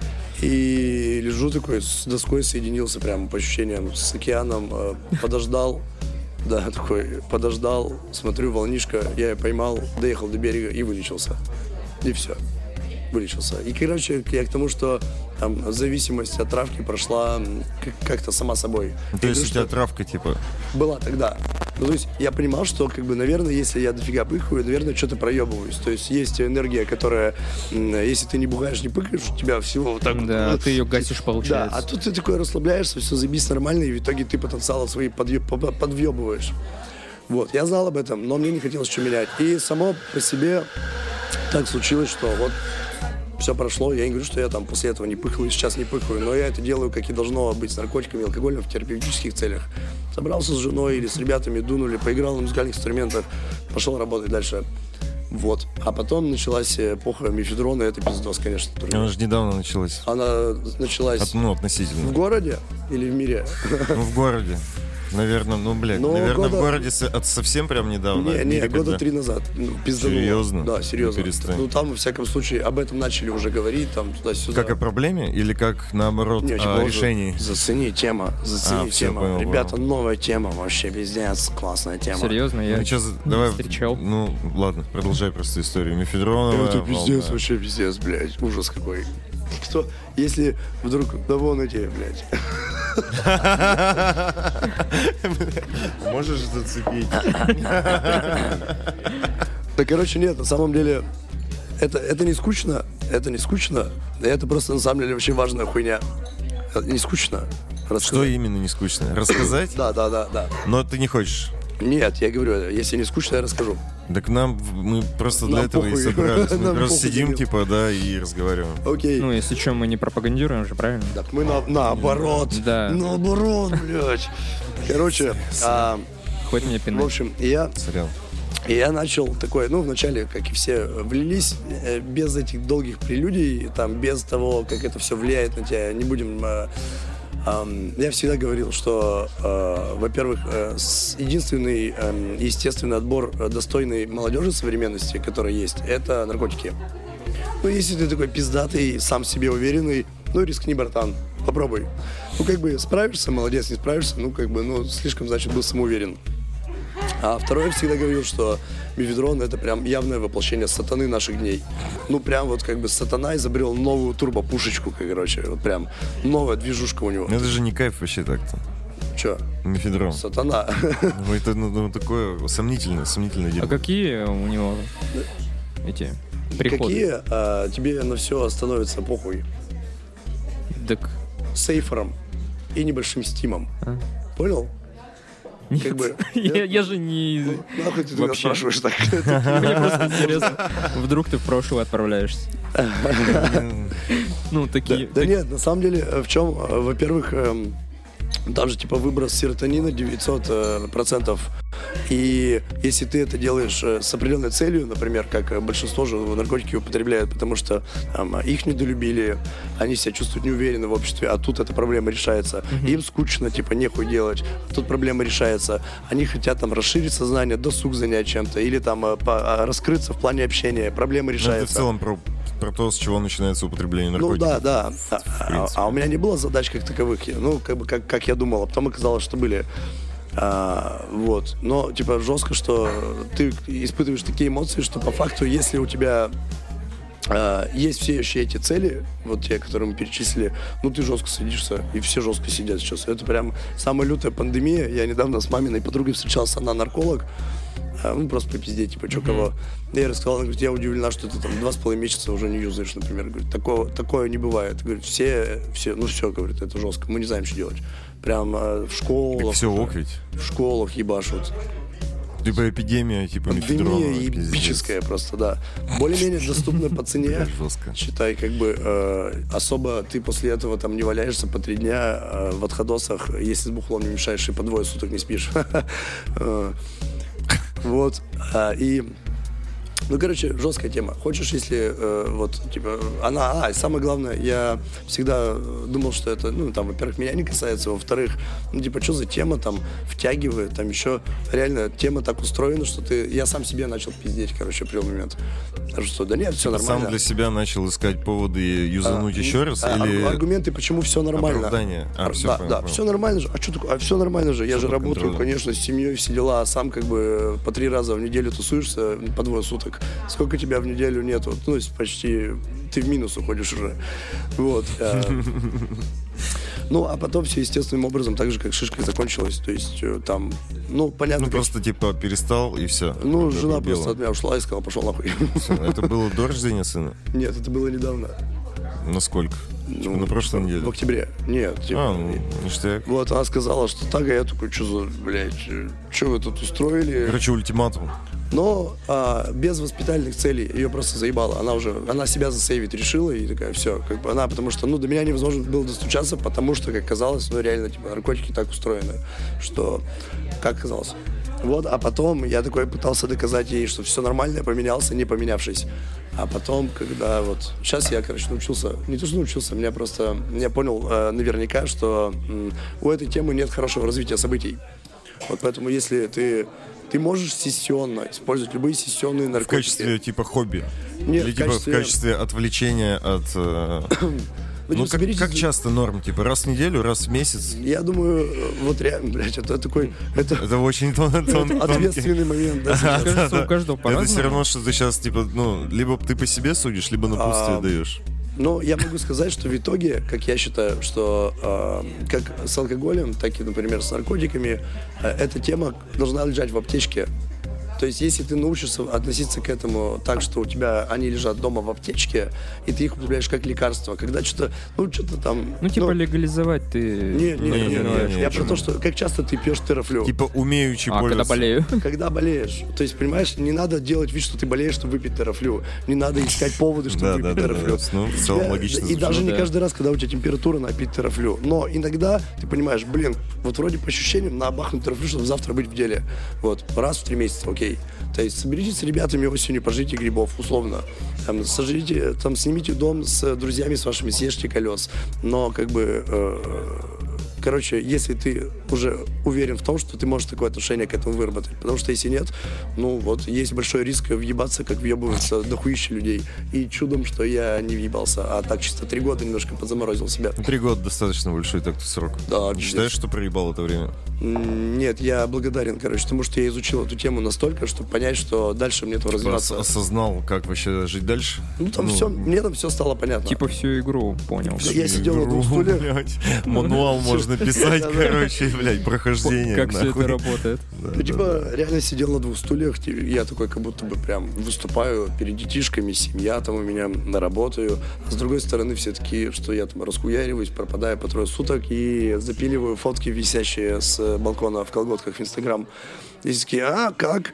И лежу такой, с доской соединился прям по ощущениям с океаном, э, подождал, да, такой, подождал, смотрю, волнишка, я ее поймал, доехал до берега и вылечился. И все. Вылечился. И, короче, я к тому, что там зависимость от травки прошла м, как- как-то сама собой. То Я есть у говорю, тебя что травка, типа... была тогда. Ну, то есть я понимал, что, как бы, наверное, если я дофига пыхаю, наверное, что-то проебываюсь. То есть есть энергия, которая, м, если ты не бухаешь, не пыкаешь, у тебя всего вот так вот. Да, ну, ты ее гасишь, Да, получается. а тут ты такой расслабляешься, все заебись нормально, и в итоге ты потенциалы свои подъё- по- подвъебываешь. Вот, я знал об этом, но мне не хотелось что менять. И само по себе так случилось, что вот все прошло. Я не говорю, что я там после этого не пыхал и сейчас не пыхаю, но я это делаю, как и должно быть, с наркотиками и алкоголем в терапевтических целях. Собрался с женой или с ребятами, дунули, поиграл на музыкальных инструментах, пошел работать дальше. Вот. А потом началась эпоха мефедрона, это пиздос, конечно. тоже. Она же недавно началась. Она началась От- ну, в относительно. городе или в мире? Ну, в городе. Наверное, ну, блядь, Ну, наверное, года- в городе со- от совсем прям недавно. Не, в не, мире года когда? три назад. Ну, пиздануло. Серьезно? Да, серьезно. Ну, перестань. Ну, там, во всяком случае, об этом начали уже говорить, там, туда-сюда. Как о проблеме или как, наоборот, Не, типа, о уже решении? Зацени тема, зацени А, всё, тема. понял, Ребята, понял. новая тема, вообще пиздец, классная тема. Серьезно, я Ну, чё за- не давай, встречал. Ну, ладно, продолжай просто историю. Мефедронова. Это пиздец, волна. вообще пиздец, блядь, ужас какой. Что, если вдруг, да вон эти, блядь. Можешь зацепить? Да, короче, нет, на самом деле, это, это не скучно, это не скучно, это просто, на самом деле, вообще важная хуйня. Это не скучно. Что Рассказать. именно не скучно? Рассказать? Да, да, да, да. Но ты не хочешь. Нет, я говорю, если не скучно, я расскажу. Так нам, в- мы просто для Нам этого и похуй. собрались. Мы Нам просто похуй, сидим, Данил. типа, да, и разговариваем. Окей. Ну, если что, мы не пропагандируем же, правильно? Так мы на, наоборот. Да. Наоборот, блядь. Короче, а, Хоть мне в пинать. общем, я, Сорян. я начал такой, ну, вначале, как и все, влились э, без этих долгих прелюдий, там, без того, как это все влияет на тебя. Не будем... э, эм, я всегда говорил, что, э, во-первых, э, с- единственный эм, естественный отбор э, достойной молодежи современности, который есть, это наркотики. Ну, если ты такой пиздатый, сам в себе уверенный, ну, рискни, братан, попробуй. Ну, как бы, справишься, молодец, не справишься, ну, как бы, ну, слишком, значит, был самоуверен. А второе, я всегда говорил, что мефедрон — это прям явное воплощение сатаны наших дней. Ну, прям вот как бы сатана изобрел новую турбопушечку, короче, вот прям новая движушка у него. Ну, это же не кайф вообще так-то. Че чё? Мефедрон. Сатана. Ну, это ну, ну, такое сомнительное, сомнительное дело. А какие у него эти приходы? Какие? А, тебе на все становится похуй. Так... Сейфером и небольшим стимом. А? Понял? Нет, Как бы, я, нет? я же не... Ну, нахуй ты тогда Вообще. спрашиваешь так? Мне просто интересно, вдруг ты в прошлое отправляешься. Ну, такие... Да нет, на самом деле, в чем, во-первых, эм, там же типа выброс серотонина девятьсот процентов. И если ты это делаешь э, с определенной целью, например, как э, большинство же наркотики употребляют, потому что э, их недолюбили, они себя чувствуют неуверенно в обществе, а тут эта проблема решается. Mm-hmm. Им скучно, типа, нехуй делать, а тут проблема решается. Они хотят там расширить сознание, досуг занять чем-то, или там э, по, раскрыться в плане общения, проблема решается. Ну, это в целом про, про то, с чего начинается употребление наркотиков. Ну да, да. А, а, а у меня не было задач как таковых, ну, как бы, как, как я думал, а потом оказалось, что были. А, вот, но типа жестко, что ты испытываешь такие эмоции, что по факту, если у тебя а, есть все еще эти цели, вот те, которые мы перечислили, ну ты жестко садишься, и все жестко сидят сейчас. Это прям самая лютая пандемия. Я недавно с маминой подругой встречался, она нарколог, а, ну просто по пизде, типа, чё кого. Я рассказал, она говорит, я удивлена, что ты там два с половиной месяца уже не юзаешь, например. Говорит, такого, такое не бывает. Говорит, все, все, ну все, говорит, это жестко, мы не знаем, что делать. Прям э, в школах. Все ок ведь. В школах ебашут. Либо эпидемия, типа мефедрона. Пандемия ебическая просто, да. Более-менее доступна по цене. Жестко. Считай, как бы э, особо ты после этого там не валяешься по три дня э, в отходосах, если с бухлом не мешаешь и по двое суток не спишь. Вот. И... Ну, короче, жесткая тема. Хочешь, если э, вот, типа, она, а, и самое главное, я всегда думал, что это, ну, там, во-первых, меня не касается, во-вторых, ну, типа, что за тема, там, втягивает, там, еще, реально, тема так устроена, что ты, я сам себе начал пиздеть, короче, в определенный момент. Что, да нет, все нормально. Сам для себя начал искать поводы юзануть а, еще раз, а, или... Аргументы, почему все нормально. Оправдание. А, все, да, понял, да, понял. все нормально же. А что такое? А все нормально же. Я Все же под работаю, контролем. конечно, с семьей, все дела, а сам как бы по три раза в неделю тусуешься, по двое суток. Сколько тебя в неделю нету? Ну, то есть почти ты в минус уходишь уже. Вот. Ну, а потом все естественным образом, так же, как шишка закончилась. То есть там, ну, понятно. Ну, как... просто, типа, перестал, и все. Ну, это жена было. просто от меня ушла и сказала, пошел нахуй. Это было до рождения сына? Нет, это было недавно. Насколько? Ну, Типа, на прошлой неделе? В октябре. Нет, типа... А, ну, ништяк. Вот, она сказала, что так, а я такой, что за, блядь, что вы тут устроили? Короче, ультиматум. Но а, без воспитательных целей ее просто заебало. Она уже, она себя засейвить решила и такая, все, как бы она, потому что, ну, до меня невозможно было достучаться, потому что, как казалось, ну, реально, типа, наркотики так устроены, что, как казалось. Вот, а потом я такой пытался доказать ей, что все нормально, я поменялся, не поменявшись. А потом, когда вот... Сейчас я, короче, научился... Не то, что научился, меня просто... Я понял э, наверняка, что м, у этой темы нет хорошего развития событий. Вот поэтому, если ты... Ты можешь сессионно использовать любые сессионные В наркотики. качестве, типа, хобби? Нет, Или, в типа, качестве- в качестве отвлечения от... э, Ну, Ну, типа, как, соберитесь как за- часто норм? Типа, раз в неделю, раз в месяц? Я думаю, вот реально, блядь, это такой... Это, Это очень тон, тон- это тонкий. ответственный момент, да, сейчас. Мне кажется, у каждого Это все по-разному. равно, что ты сейчас, типа, ну, либо ты по себе судишь, либо напутствие А, даешь. Но я могу сказать, что в итоге, как я считаю, что э, как с алкоголем, так и, например, с наркотиками, э, эта тема должна лежать в аптечке. То есть, если ты научишься относиться к этому так, что у тебя они лежат дома в аптечке, и ты их употребляешь как лекарство, когда что-то, ну, что-то там... Ну, типа, легализовать ты... Не, не, не, Не, не, не, не, я не, про не. то, что как часто ты пьешь терафлю. Типа, умеючи А, когда пользоваться. болею. Когда болеешь. То есть, понимаешь, не надо делать вид, что ты болеешь, чтобы выпить терафлю. Не надо искать поводы, чтобы Да, выпить да, да, терафлю. да. Ну, в целом Тебя- логично И звучит. даже не Да. каждый раз, когда у тебя температура, напить терафлю. Но иногда ты понимаешь, блин, вот вроде по ощущениям надо бахнуть терафлю, чтобы завтра быть в деле. Вот, раз в три месяца, окей. То есть соберитесь с ребятами осенью, пожрите грибов, условно. Там, сожрите, там, снимите дом с друзьями с вашими, съешьте колес. Но как бы... э, Короче, если ты уже уверен в том, что ты можешь такое отношение к этому выработать. Потому что если нет, ну вот, есть большой риск въебаться, как въебываются дохуища людей. И чудом, что я не въебался, а так чисто три года немножко подзаморозил себя. Ну, Три года достаточно большой так-то срок. Да, Не пиздец. считаешь, что проебал это время? Нет, я благодарен, короче, потому что я изучил эту тему настолько, чтобы понять, что дальше мне этого развиваться. Осознал, как вообще жить дальше? Ну, там ну, все, мне там все стало понятно. Типа всю игру понял. Я, я сидел на двух стульях. Мануал можно писать, короче, блядь, прохождение. Как все это работает. Ну, типа, реально сидел на двух стульях, я такой, как будто бы прям выступаю перед детишками, семья там у меня, работаю. А с другой стороны, все такие, что я там расхуяриваюсь, пропадаю по трое суток и запиливаю фотки, висящие с балкона в колготках в Инстаграм. И такие, а, как?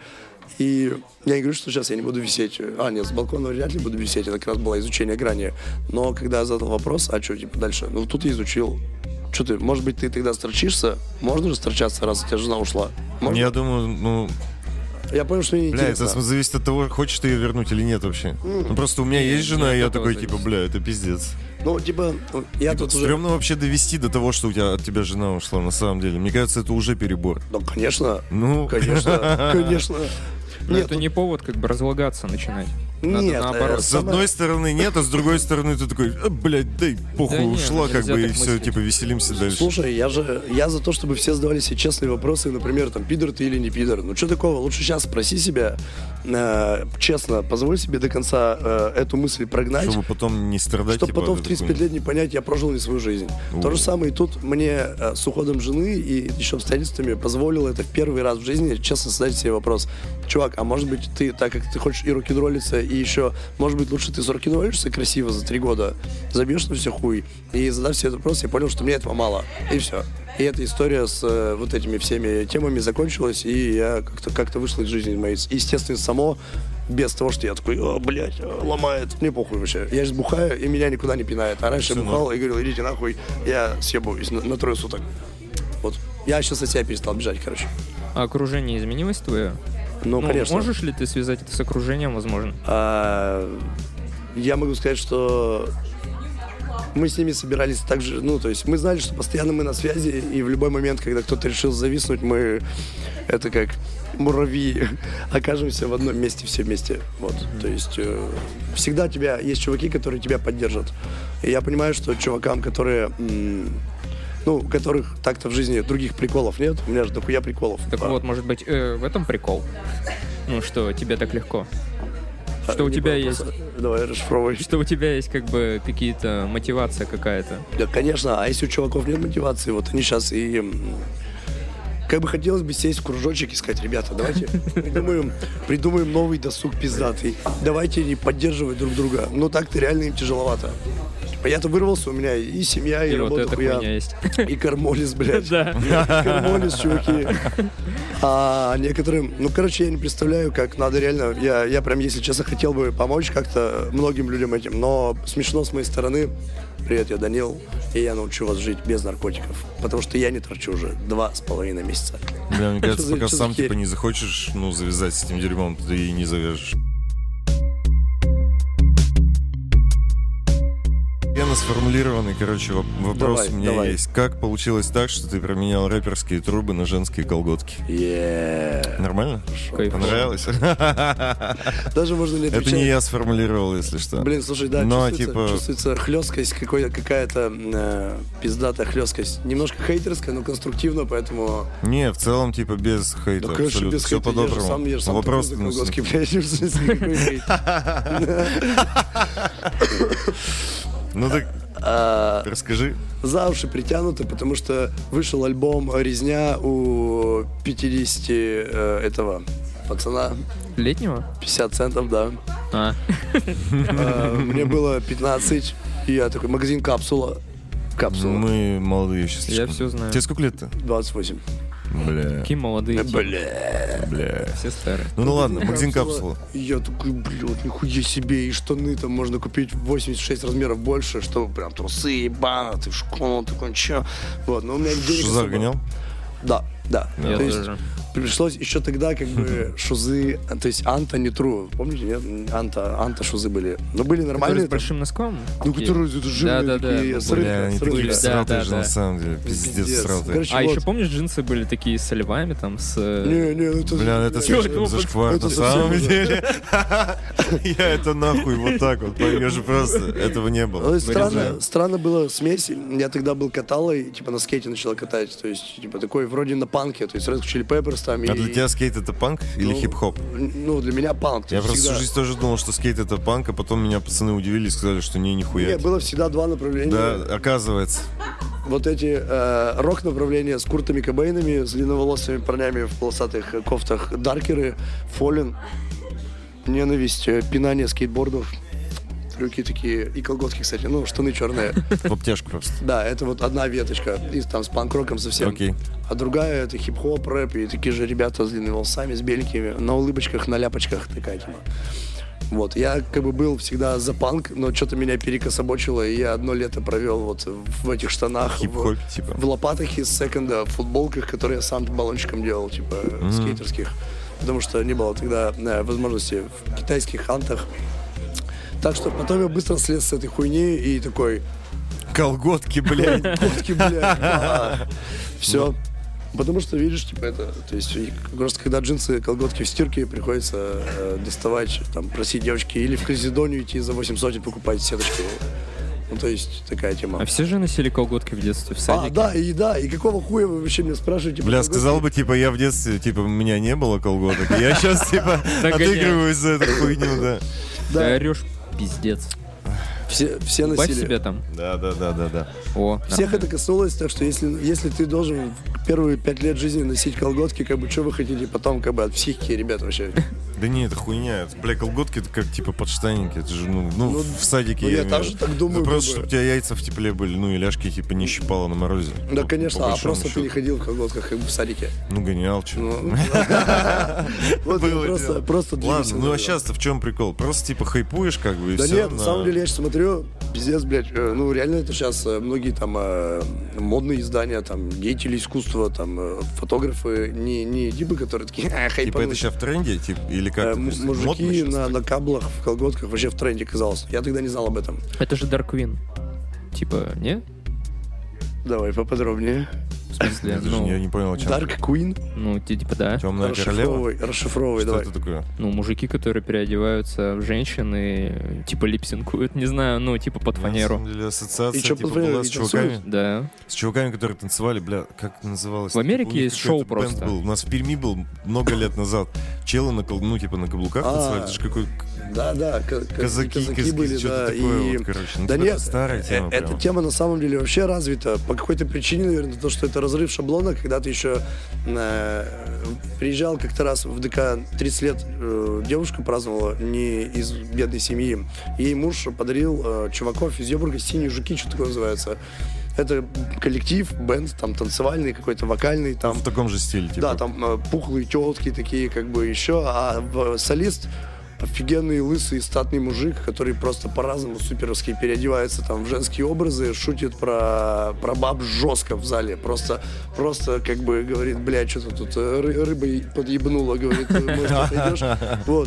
И я не говорю, что сейчас я не буду висеть. А, нет, с балкона вряд ли буду висеть. Это как раз было изучение грани. Но когда я задал вопрос, а что, типа, дальше? Ну, тут я изучил. Что ты, может быть, ты тогда сторчишься? Можно же сторчаться, раз у тебя жена ушла? Можно? Я думаю, ну... Я понял, что мне бля, интересно. это зависит от того, хочешь ты ее вернуть или нет вообще. Mm. Ну, просто у меня есть жена, и я такой, типа, бля, это пиздец. Ну, типа, я типа, тут уже... Стремно вообще довести до того, что у тебя, от тебя жена ушла, на самом деле. Мне кажется, это уже перебор. Ну, конечно. Ну, конечно, конечно. Но нет, это не повод как бы разлагаться начинать. Надо нет, наоборот. С одной стороны нет, а с другой стороны ты такой, а, блядь, дай похуй, да ушла, нет, как бы, и все, мыслить. Типа, веселимся дальше. Слушай, я же, я за то, чтобы все задавали себе честные вопросы, например, там, пидор ты или не пидор. Ну, что такого? Лучше сейчас спроси себя, э, честно, позволь себе до конца э, эту мысль прогнать. Чтобы потом не страдать. Чтобы типа, потом в тридцать пять лет не понять, я прожил не свою жизнь. У. То же самое и тут мне э, с уходом жены и еще обстоятельствами позволило это в первый раз в жизни честно задать себе вопрос. Чувак, а может быть ты, так как ты хочешь и рок-н-роллиться, и еще, может быть, лучше ты зарок-н-роллишься красиво за три года, забьешь на все хуй, и задав себе этот вопрос, я понял, что мне этого мало. И все. И эта история с э, вот этими всеми темами закончилась, и я как-то, как-то вышел из жизни моей. Естественно, само, без того, что я такой, о, блядь, ломает. Мне похуй вообще. Я сейчас бухаю, и меня никуда не пинает. А раньше я бухал и говорил, идите нахуй, я съебываюсь на, на трое суток. Вот. Я сейчас от себя перестал бежать, короче. А окружение изменилось твое? Ну, ну, конечно. Можешь ли ты связать это с окружением, возможно? А, я могу сказать, что мы с ними собирались так же, ну, то есть мы знали, что постоянно мы на связи, и в любой момент, когда кто-то решил зависнуть, мы, это как муравьи, окажемся в одном месте все вместе, вот, то есть э, всегда у тебя есть чуваки, которые тебя поддержат, и я понимаю, что чувакам, которые... М- Ну, у которых так-то в жизни других приколов нет. У меня же дохуя приколов. Так а. вот, может быть, э, в этом прикол? Ну, что тебе так легко? А, что у тебя есть... Просто... Давай, расшифровывай. Что у тебя есть, как бы, какие-то мотивация какая-то. Да, конечно. А если у чуваков нет мотивации, вот они сейчас и... Как бы хотелось бы сесть в кружочек и сказать, ребята, давайте придумаем, придумаем новый досуг пиздатый. Давайте не поддерживать друг друга. Но так-то реально им тяжеловато. Я-то вырвался, у меня и семья, и, и работа вот хуя, есть. И Кармолис, блядь. Да. Кармолис, чуваки. А некоторым, ну, короче, я не представляю, как надо реально, я, я прям, если честно, хотел бы помочь как-то многим людям этим, но смешно с моей стороны. Привет, я Данил, и я научу вас жить без наркотиков, потому что я не торчу уже два с половиной месяца. Да, мне кажется, пока сам, типа, не захочешь, ну, завязать с этим дерьмом, ты и не завяжешь. Гена сформулированный, короче, вопрос давай, у меня давай. есть. Как получилось так, что ты променял рэперские трубы на женские колготки? Yeah. Нормально? Кайфово. Понравилось? Даже можно не отвечать. Это не я сформулировал, если что. Блин, слушай, да, но, чувствуется, типа... чувствуется хлесткость, какая-то э, пиздатая хлесткость. Немножко хейтерская, но конструктивно, поэтому... Не, в целом, типа, без хейта. Да, конечно, без все хейта. по-доброму. Я же сам, я же сам вопрос за колготки, блядь, в смысле, какой хейт. Ну так... А, расскажи. За уши притянуты, потому что вышел альбом «Резня» у пятидесяти э, этого пацана. Летнего? пятьдесят центов, да. А. А, мне было пятнадцать, и я такой, магазин «Капсула». Капсула. Мы молодые сейчас. Я все знаю. Тебе сколько лет-то? двадцать восемь. Бля. Какие молодые. Бля. Бля. Все старые. Ну, ну ладно, магазин «Капсула». Я такой, блядь, нихуя себе. И штаны там можно купить восемьдесят шесть размеров больше, чтобы прям трусы, ебано, ты в школу, такой, чё. Вот, но у меня денег... Шазар гонял? Да, да. Я То есть, тоже. пришлось еще тогда как бы шузы, то есть Анта не тру, помните, нет? Анта, Анта шузы были. Но были нормальные. С большим носком? Ну, которые жирные такие, с рынка. Бля, они такие всратые же на самом деле, пиздец всратые. А еще помнишь, джинсы были такие с львами там, с... Не, не, это... Бля, это слишком зашквар, на самом деле. Я это нахуй вот так вот, поймешь, просто этого не было. Странно, странно было смесь. Я тогда был каталой, типа на скейте начал катать, то есть типа такой вроде на панке, то есть Red Hot Chili Peppers там. А для тебя скейт это панк или хип-хоп? Ну, для меня панк. Я просто всю жизнь тоже думал, что скейт это панк, а потом меня пацаны удивили и сказали, что не, нихуя. Нет, было всегда два направления. Да, оказывается. Вот эти э, рок-направления с Куртами Кобейнами, с длинноволосыми парнями в полосатых кофтах, даркеры, Фоллен, ненависть, пинание скейтбордов, трюки такие, и колготки, кстати, ну, штаны черные. В обтяжку просто. Да, это вот одна веточка, и там с панк-роком совсем. Окей. А другая — это хип-хоп, рэп, и такие же ребята с длинными волосами, с беленькими, на улыбочках, на ляпочках, такая тема. Вот, я как бы был всегда за панк, но что-то меня перекособочило, и я одно лето провел вот в этих штанах, хип-хоп, в, типа. в лопатах из секонда, в футболках, которые я сам баллончиком делал, типа, mm-hmm. скейтерских, потому что не было тогда э, возможности в китайских антах. Так что потом я быстро слез с этой хуйни и такой... Колготки, блядь. Колготки, блядь. Все. Потому что, видишь, типа это, то есть просто когда джинсы, колготки в стирке, приходится э, доставать, там, просить девочки или в Казидонию идти за восемь сотен покупать сеточки. Ну, то есть такая тема. А все же носили колготки в детстве, в садике? А, да, и да, и какого хуя вы вообще меня спрашиваете? Бля, сказал бы, типа, я в детстве, типа, у меня не было колготок, я сейчас, типа, отыгрываюсь за эту хуйню, да. Ты орешь, пиздец. Все, все Убавь носили. себя там. Да, да, да, да, да. О, всех нормально. это коснулось, так что если, если ты должен первые пять лет жизни носить колготки, как бы, что вы хотите потом, как бы, от психики, ребят, вообще? Да не, это хуйня. Бля, колготки это как, типа, подштанники. Это же, ну, ну, Ну, в садике ну, я я имею в тоже виду. так думаю, Ну, просто, как бы. чтобы у тебя яйца в тепле были, ну, и ляжки, типа, не щипало на морозе. Да, По- конечно, по а большому просто ты счету. не ходил в колготках, как бы, в садике. Ну, гонял, что. Ну, вот Было просто, дело. просто двигайся Ладно, ну а назад. сейчас-то в чем прикол? Просто, типа, хайпуешь, как бы, и Да все. нет, на самом деле, я сейчас смотрю, пиздец, блядь, э, ну реально это сейчас э, многие там э, модные издания, там, деятели искусства, там, э, фотографы, не, не типы, которые такие, а, Типа, хайпануть. это сейчас в тренде, типа, или как? Э, это? м- То есть мужики модно щас? на, на каблах, в колготках вообще в тренде казалось. Я тогда не знал об этом. Это же Dark Queen. Типа, не? Давай поподробнее. В смысле, Я даже ну, не, не понял, о чем. Dark Queen. ну, ти- типа, да. Темная королева? Расшифровывай, расшифровывай, Что давай. это такое? Ну, мужики, которые переодеваются в женщины, типа липсинкуют, не знаю, ну, типа под На фанеру. самом деле ассоциация И чё, типа, под фанеру была с не танцуют? чуваками, Да. с чуваками, которые танцевали, бля, как называлось? В Америке У них есть шоу какой-то бэнд просто. был. У нас в Перми был много лет назад. Челы на, кол- ну, типа, на каблуках А. танцевали. Это же какой Да, да, к- к- казаки, казаки казаки, были, что-то да. такое и... вот, короче. Ну, Да типа, нет, это старая тема э- эта прям. тема на самом деле вообще развита. По какой-то причине, наверное, то, что это разрыв шаблона, когда ты еще э, приезжал как-то раз в ДК тридцать лет, э, девушка праздновала, не из бедной семьи. Ей муж подарил э, чуваков из Йобурга «Синие жуки», что такое называется. Это коллектив, бенд, там танцевальный какой-то, вокальный, там. В таком же стиле, типа. Да, там э, пухлые телки такие, как бы еще, а в- солист офигенный, лысый, статный мужик, который просто по-разному суперовски переодевается там в женские образы, шутит про, про баб жестко в зале, просто, просто как бы говорит, блядь, что-то тут э, ры- рыбой подъебнуло, говорит, может, отойдешь? Вот.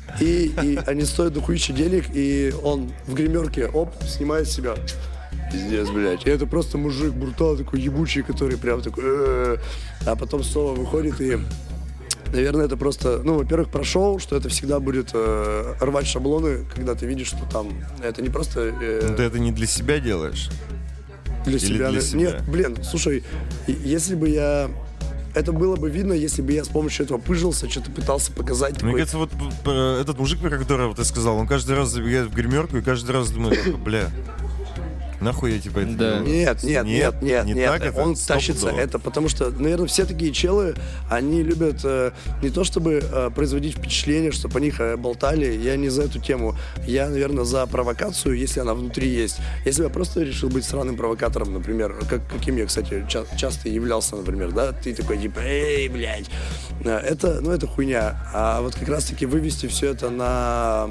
И, и они стоят дохуища денег, и он в гримерке, оп, снимает себя. Пиздец, блядь. И это просто мужик, брутал такой ебучий, который прям такой... «Э-э-э». А потом снова выходит и... Наверное, это просто, ну, во-первых, про шоу, что это всегда будет э, рвать шаблоны, когда ты видишь, что там это не просто э, Ну, ты это не для себя делаешь? для или себя. для Нет, себя? блин, слушай, и- если бы я... Это было бы видно, если бы я с помощью этого пыжился, что-то пытался показать. Мне такой, кажется, вот э, этот мужик, про которого ты сказал, он каждый раз забегает в гримерку и каждый раз думает, типа, бля, нахуй я типа это Да. делаю? Нет, нет, нет, нет, не нет. так это? Он Стопудово. тащится это, потому что, наверное, все такие челы, они любят э, не то чтобы э, производить впечатление, что по них э, болтали. Я не за эту тему. Я, наверное, за провокацию, если она внутри есть. Если бы я просто решил быть сраным провокатором, например, как, каким я, кстати, ча- часто являлся, например, да, ты такой типа, эй, блядь, Э, это, ну, это хуйня. А вот как раз-таки вывести все это на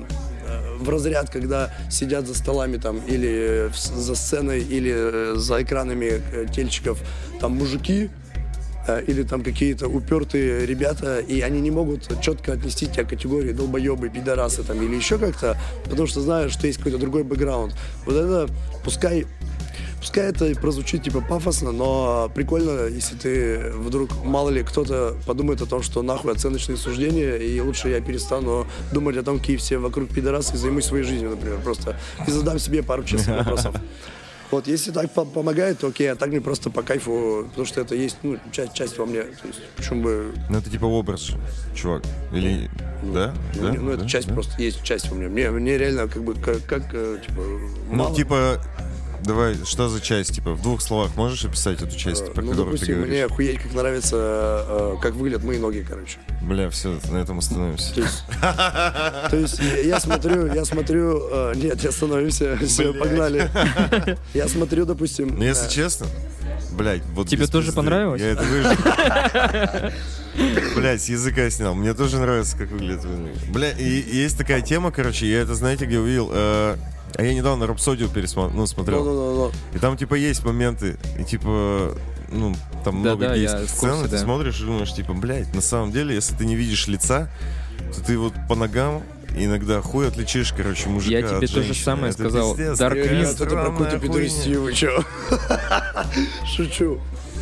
в разряд, когда сидят за столами там или в- за сценой, или э, за экранами э, тельчиков там мужики, или там какие-то упертые ребята, и они не могут четко отнести тебя к категории долбоебы, пидорасы там, или еще как-то, потому что знают, что есть какой-то другой бэкграунд. Вот это, пускай, пускай это прозвучит типа пафосно, но прикольно, если ты вдруг, мало ли, кто-то подумает о том, что нахуй оценочные суждения, и лучше я перестану думать о том, какие все вокруг пидорасы, и займусь своей жизнью, например, просто, и задам себе пару честных вопросов. Вот, если так по- помогает, то окей, а так мне просто по кайфу, потому что это есть, ну, часть, часть во мне, то есть, почему бы... Ну, это типа образ же, чувак, или... Ну, да? Ну, да? не, ну это да? часть да? просто, есть часть во мне. Мне, мне реально, как бы, как, как э, типа, мало. Ну, типа, давай, что за часть, типа, в двух словах можешь описать эту часть, Э, про ну, которую ты допустим, говоришь? мне охуеть, как нравится, э, как выглядят мои ноги, короче. Бля, все, на этом остановимся. То есть, то есть я, я смотрю, я смотрю, э, нет, я остановимся, все, Блядь. погнали. Я смотрю, допустим... Ну, если э, честно, блядь, вот Тебе без тоже пизды, понравилось? Я это выжил. Блядь, с языка снял. Мне тоже нравится, как выглядит. Бля, и, и есть такая тема, короче, я это, знаете, где увидел? Э, а я недавно Рапсодию пересмотрел, ну, смотрел. Ну-ну-ну-ну. И там, типа, есть моменты, и, типа, ну, там Да, много да, я гейских в сцен, курсе, и ты да. смотришь и думаешь, типа, блядь, на самом деле, если ты не видишь лица, то ты вот по ногам иногда хуй отличишь, короче, мужика Я тебе от то же женщины. самое Это сказал. пиздец, Dark такая Queen. Нет, это про странная какую-то хуйня. пидорастию, вы чё? Шучу.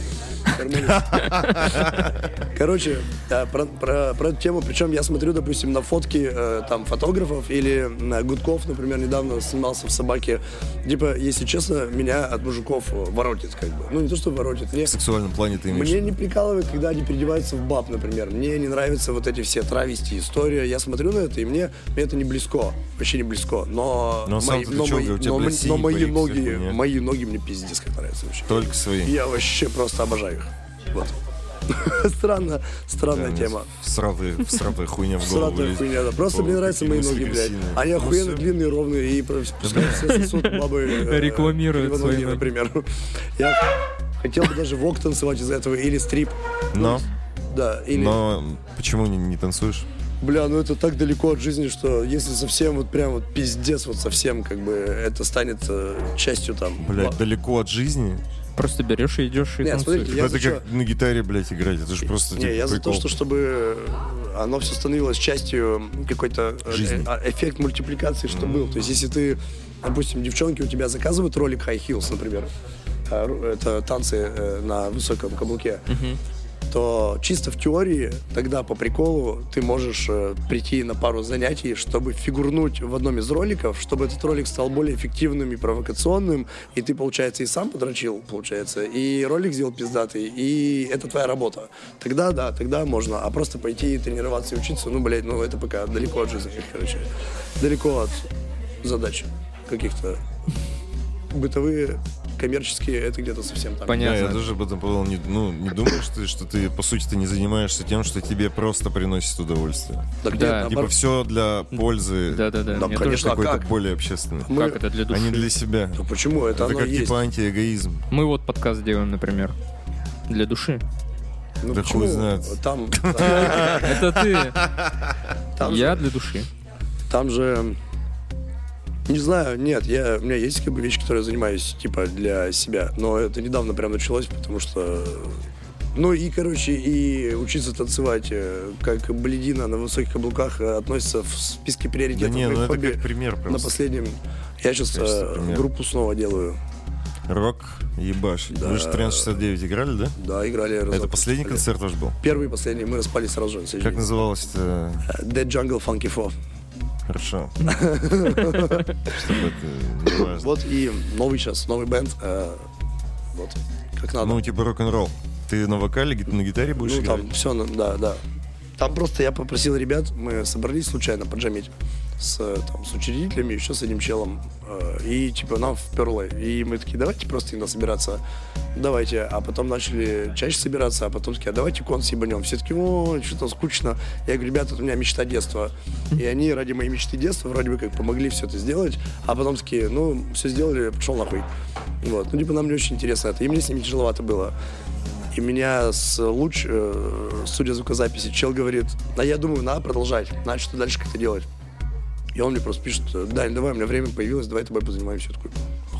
Короче, да, про, про, про эту тему, причем я смотрю, допустим, на фотки э, там фотографов или на Гудков, например, недавно снимался в «Собаке». Типа, если честно, меня от мужиков воротит, как бы. Ну, не то, что воротит. Мне, В сексуальном плане ты имеешь в мне виду? не прикалывает, когда они переодеваются в баб, например. Мне не нравятся вот эти все травести, история. Я смотрю на это, и мне, мне это не близко. Вообще не близко. Но, Но сам мои, ты но, чё, мои, у тебя, но, блядь, мои- синий но мои парик, ноги, вся хуйня. мои ноги мне пиздец как нравятся вообще. Только свои. Я вообще просто обожаю их. Вот. Странно, странная Да, тема. Всратая, всратая хуйня в голову Всратая лезет. хуйня, да. Просто О, мне нравятся какие мои мысли ноги, блядь. красивые. Они Ну, охуенно всё. длинные, ровные, и про- пускай все сосут бабы э, Рекламируют кривоногие, свои ноги. например. Я хотел бы даже вок танцевать из этого, или стрип. Но, Да, или... но почему не, не танцуешь? Бля, ну это так далеко от жизни, что если совсем вот прям вот пиздец, вот совсем как бы это станет э, частью там... Блядь, ба- далеко от жизни? Просто берешь и идешь и Нет, танцуешь. смотрите, Я это за как на гитаре, блядь, играть. Это же просто Не, типа, я за прикол. то, что чтобы оно все становилось частью какой-то э, Жизни. э, эффект мультипликации, что был. То есть, если ты, допустим, девчонки у тебя заказывают ролик High Heels, например, а, ру- это танцы э, на высоком каблуке, то чисто в теории тогда по приколу ты можешь э, прийти на пару занятий, чтобы фигурнуть в одном из роликов, чтобы этот ролик стал более эффективным и провокационным, и ты, получается, и сам подрочил, получается, и ролик сделал пиздатый, и это твоя работа. Тогда, да, тогда можно, а просто пойти тренироваться и учиться, ну, блядь, ну, это пока далеко от жизни, короче, далеко от задач каких-то бытовые, коммерческие, это где-то совсем там. Понятно. Да, я тоже об этом подумал. Не, ну, не думаешь ты, что ты, по сути, ты не занимаешься тем, что тебе просто приносит удовольствие? Так Да. нет, Типа наоборот. все для пользы Да-да-да. Да, мне конечно. тоже- А какой-то как? более общественной. Мы- Как это для души? А не для себя. Ну, почему? Это, Это оно как есть. типа антиэгоизм. Мы вот подкаст делаем, например. Для души. Ну, Да почему? хуй знает. Там, Это ты. там, Я же, для души. там же, не знаю, нет, я, у меня есть как бы вещи, которые я занимаюсь, типа, для себя, но это недавно прям началось, потому что, ну и, короче, и учиться танцевать, э, как блядина на высоких каблуках, э, относится в списке Да приоритетов не, моих ну это хобби как пример на просто. последнем. Я сейчас Кажется, пример. группу снова делаю. Рок ебаш. Да. Вы же тринадцать шестьдесят девять играли, да? Да, играли разок. Это последний концерт ваш был? Первый и последний, мы распались сразу же. на следующий Как день. называлось-то? Dead Jungle Funky Four. Хорошо. Чтобы это не важно. Вот и новый сейчас, новый бенд. э, вот, как надо. Ну, типа рок-н-ролл. Ты на вокале, ги- на гитаре будешь Ну, играть? там все, да, да. Там просто я попросил ребят, мы собрались случайно поджамить с, там, с учредителями, еще с одним челом. э, И типа нам вперло. И мы такие, давайте просто иногда собираться. Давайте. А потом начали чаще собираться, а потом такие, а давайте кон съебанем. Все такие, о, что-то скучно. Я говорю, ребята, это у меня мечта детства. И они ради моей мечты детства вроде бы как помогли все это сделать. А потом такие, ну, все сделали, пошел нахуй. Вот. Ну, типа, нам не очень интересно это. И мне с ними тяжеловато было. И меня с луч, э, студия звукозаписи, чел говорит, а я думаю, надо продолжать, надо что-то дальше как-то делать. И он мне просто пишет, Дань, давай, у меня время появилось, давай тобой позанимаемся. Я такой,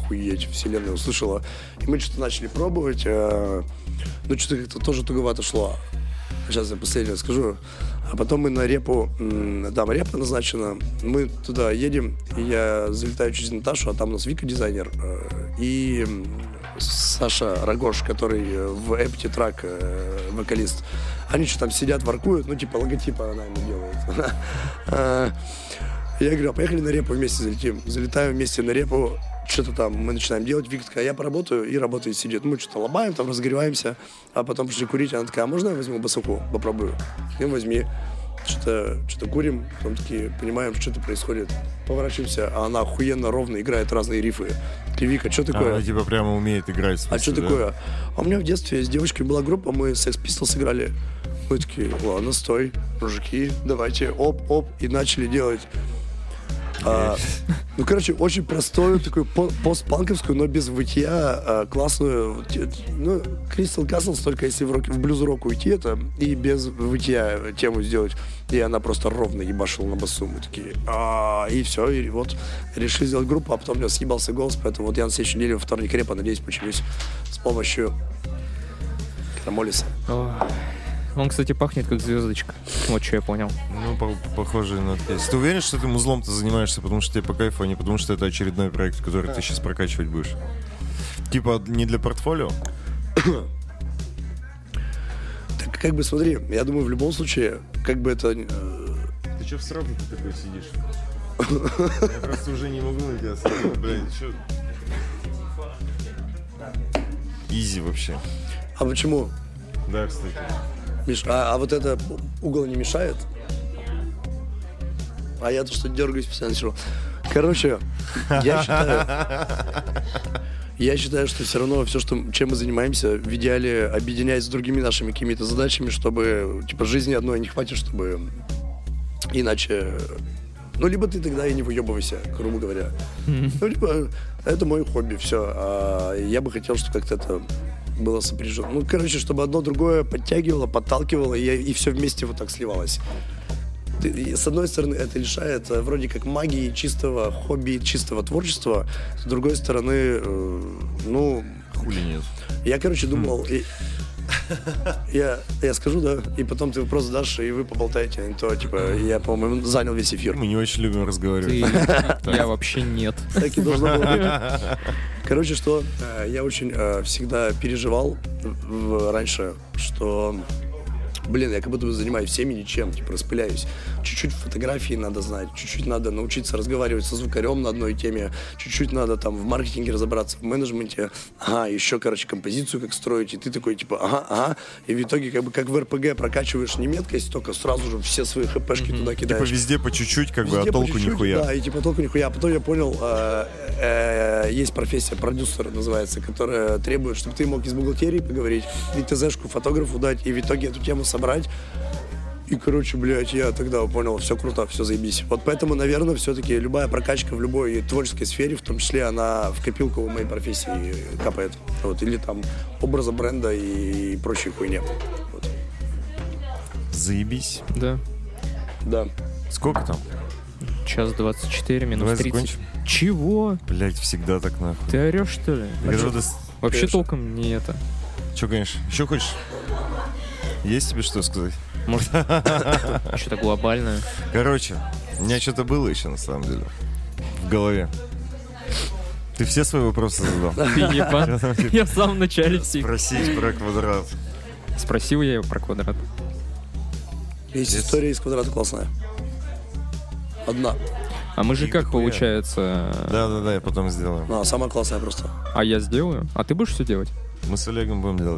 охуеть, вселенная услышала. И мы что-то начали пробовать, э, ну, что-то как-то тоже туговато шло. Сейчас я последнее скажу. А потом мы на репу, там репа назначена, мы туда едем, и я залетаю через Наташу, а там у нас Вика дизайнер, и Саша Рогош, который в Эпти Трак вокалист. Они что там сидят, воркуют, ну типа логотипа она ему делает. Я говорю, а поехали на репу вместе залетим. Залетаем вместе на репу, что-то там мы начинаем делать. Вика такая, я поработаю, и работает, сидит. Мы что-то ломаем, там разогреваемся, а потом пришли курить. Она такая, а можно я возьму басоку, попробую? И возьми. Что-то, что-то курим, потом такие понимаем, что это происходит. Поворачиваемся, а она охуенно ровно играет разные рифы. Ты, Вика, что такое? Она типа прямо умеет играть. Смысле, а что да? такое? А у меня в детстве с девочкой была группа, мы Sex Pistols играли. Мы такие, ладно, стой, мужики, давайте, оп-оп, и начали делать. А, ну, короче, очень простую, такую постпанковскую, но без вытья, а, классную. Ну, Crystal Castles, только если в, рок, в блюз-рок уйти, это и без вытья тему сделать. И она просто ровно ебашила на басу. Мы такие, а, и все, и вот решили сделать группу, а потом у меня съебался голос, поэтому вот я на следующей неделе во вторник репа, надеюсь, починюсь с помощью Кармолиса. Он, кстати, пахнет как звездочка. Вот что я понял. Ну, по- похоже на это. Ты уверен, что ты музлом-то занимаешься, потому что тебе по кайфу, а не потому что это очередной проект, который ты сейчас прокачивать будешь? Типа не для портфолио? Так как бы смотри, я думаю, в любом случае, как бы это... Ты что в сраку ты такой сидишь? Я просто уже не могу на тебя смотреть, блядь, что... Изи вообще. А почему? Да, кстати. Миш, а, а вот это угол не мешает? А я-то что дергаюсь постоянно сижу. Короче, я считаю... Я считаю, что все равно все, что, чем мы занимаемся, в идеале объединять с другими нашими какими-то задачами, чтобы, типа, жизни одной не хватит, чтобы иначе... Ну, либо ты тогда и не выебывайся, грубо говоря. Mm-hmm. Ну, либо это мое хобби, все. А я бы хотел, чтобы как-то это было сопряжено. Ну, короче, чтобы одно другое подтягивало, подталкивало, и, и все вместе вот так сливалось. Ты, с одной стороны, это лишает вроде как магии чистого хобби, чистого творчества. С другой стороны, э, ну... Хули нет. Я, короче, думал... Mm. И, я, я скажу, да, и потом ты вопрос задашь, и вы поболтаете, а не то, типа, я, по-моему, занял весь эфир. Мы не очень любим разговаривать. Я вообще нет. Так и должно было быть. Короче, что я очень всегда переживал раньше, что... Блин, я как будто бы занимаюсь всеми ничем, типа распыляюсь. Чуть-чуть фотографии надо знать, чуть-чуть надо научиться разговаривать со звукарем на одной теме, чуть-чуть надо там в маркетинге разобраться, в менеджменте. Ага, еще, короче, композицию как строить, и ты такой, типа, ага, ага. И в итоге, как бы, как в эр пэ гэ прокачиваешь не меткость, только сразу же все свои хэпэшки mm-hmm. туда кидаешь. Типа везде по чуть-чуть, как везде бы, а толку нихуя. Да, и типа толку нихуя. А потом я понял, э, э, есть профессия, продюсер называется, которая требует, чтобы ты мог из бухгалтерии поговорить, и тэ зэшку фотографу дать, и в итоге эту тему собрать. И, короче, блядь, я тогда понял, все круто, все заебись. Вот поэтому, наверное, все-таки любая прокачка в любой творческой сфере, в том числе, она в копилку моей профессии капает. Вот, или там образа бренда и прочей хуйне. Вот. Заебись. Да. Да. Сколько там? Час двадцать четыре, минус Давай тридцать. закончим. Чего? Блять, всегда так нахуй. Ты орешь, что ли? Я говорю, да... Вообще Конечно. толком не это. Че, конечно. Еще хочешь? Есть тебе что сказать? Может, что-то глобальное. Короче, у меня что-то было еще, на самом деле, в голове. Ты все свои вопросы задал? Ты ебан. Я в самом начале всех. Спросить про квадрат. Спросил я его про квадрат. Есть история из квадрата классная. Одна. А мы же И как, дохуя. получается... Да-да-да, я потом сделаю. Ну, самая классная просто. А я сделаю? А ты будешь все делать? Мы с Олегом будем делать.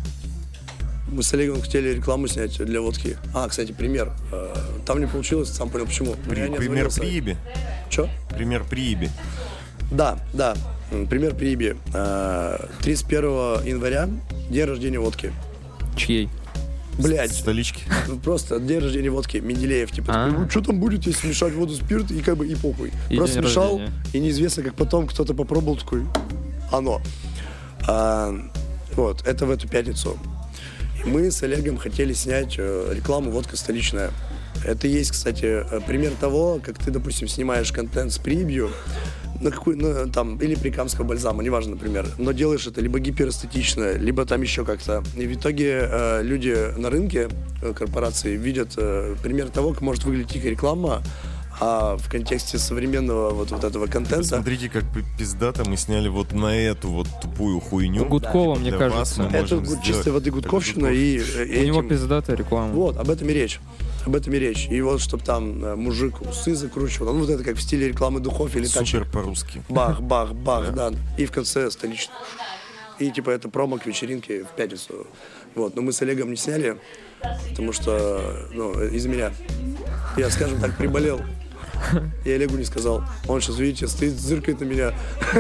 Мы с Олегом хотели рекламу снять для водки. А, кстати, пример. Там не получилось, сам понял почему. При- пример приеби. Че? Пример приеби. Да, да. Пример приеби. тридцать первого января день рождения водки. Чьей? Блять. Столички. Просто день рождения водки. Менделеев. Типа, А. такой, ну что там будет, если мешать воду, спирт, и как бы и похуй. И Просто день мешал, рождения. и неизвестно, как потом кто-то попробовал, такой, оно. А, вот, это в эту пятницу. И мы с Олегом хотели снять э, рекламу «Водка столичная». Это есть, кстати, пример того, как ты, допустим, снимаешь контент с прибью, на какую, на, там, или прикамского бальзама, неважно, например, но делаешь это либо гиперэстетично, либо там еще как-то. И в итоге э, люди на рынке, э, корпорации, видят э, пример того, как может выглядеть их реклама, а в контексте современного вот, вот этого контента... Смотрите, как пиздато мы сняли вот на эту вот тупую хуйню. Гудкова, Да, мне для кажется. вас мы Это можем гуд- чистой сделать. воды гудковщина, Это и, гудковщина. и У него этим- пиздатая реклама. Вот, об этом и речь. Об этом и речь. И вот, чтобы там э, мужик усы закручивал, ну вот это как в стиле рекламы духов или Супер тачек. по-русски. Бах, бах, бах, да. И в конце столичный. И типа это промо к вечеринке в пятницу. Вот, но мы с Олегом не сняли, потому что, ну, из-за меня. Я, скажем так, приболел. Я Олегу не сказал. Он сейчас, видите, стоит, зыркает на меня.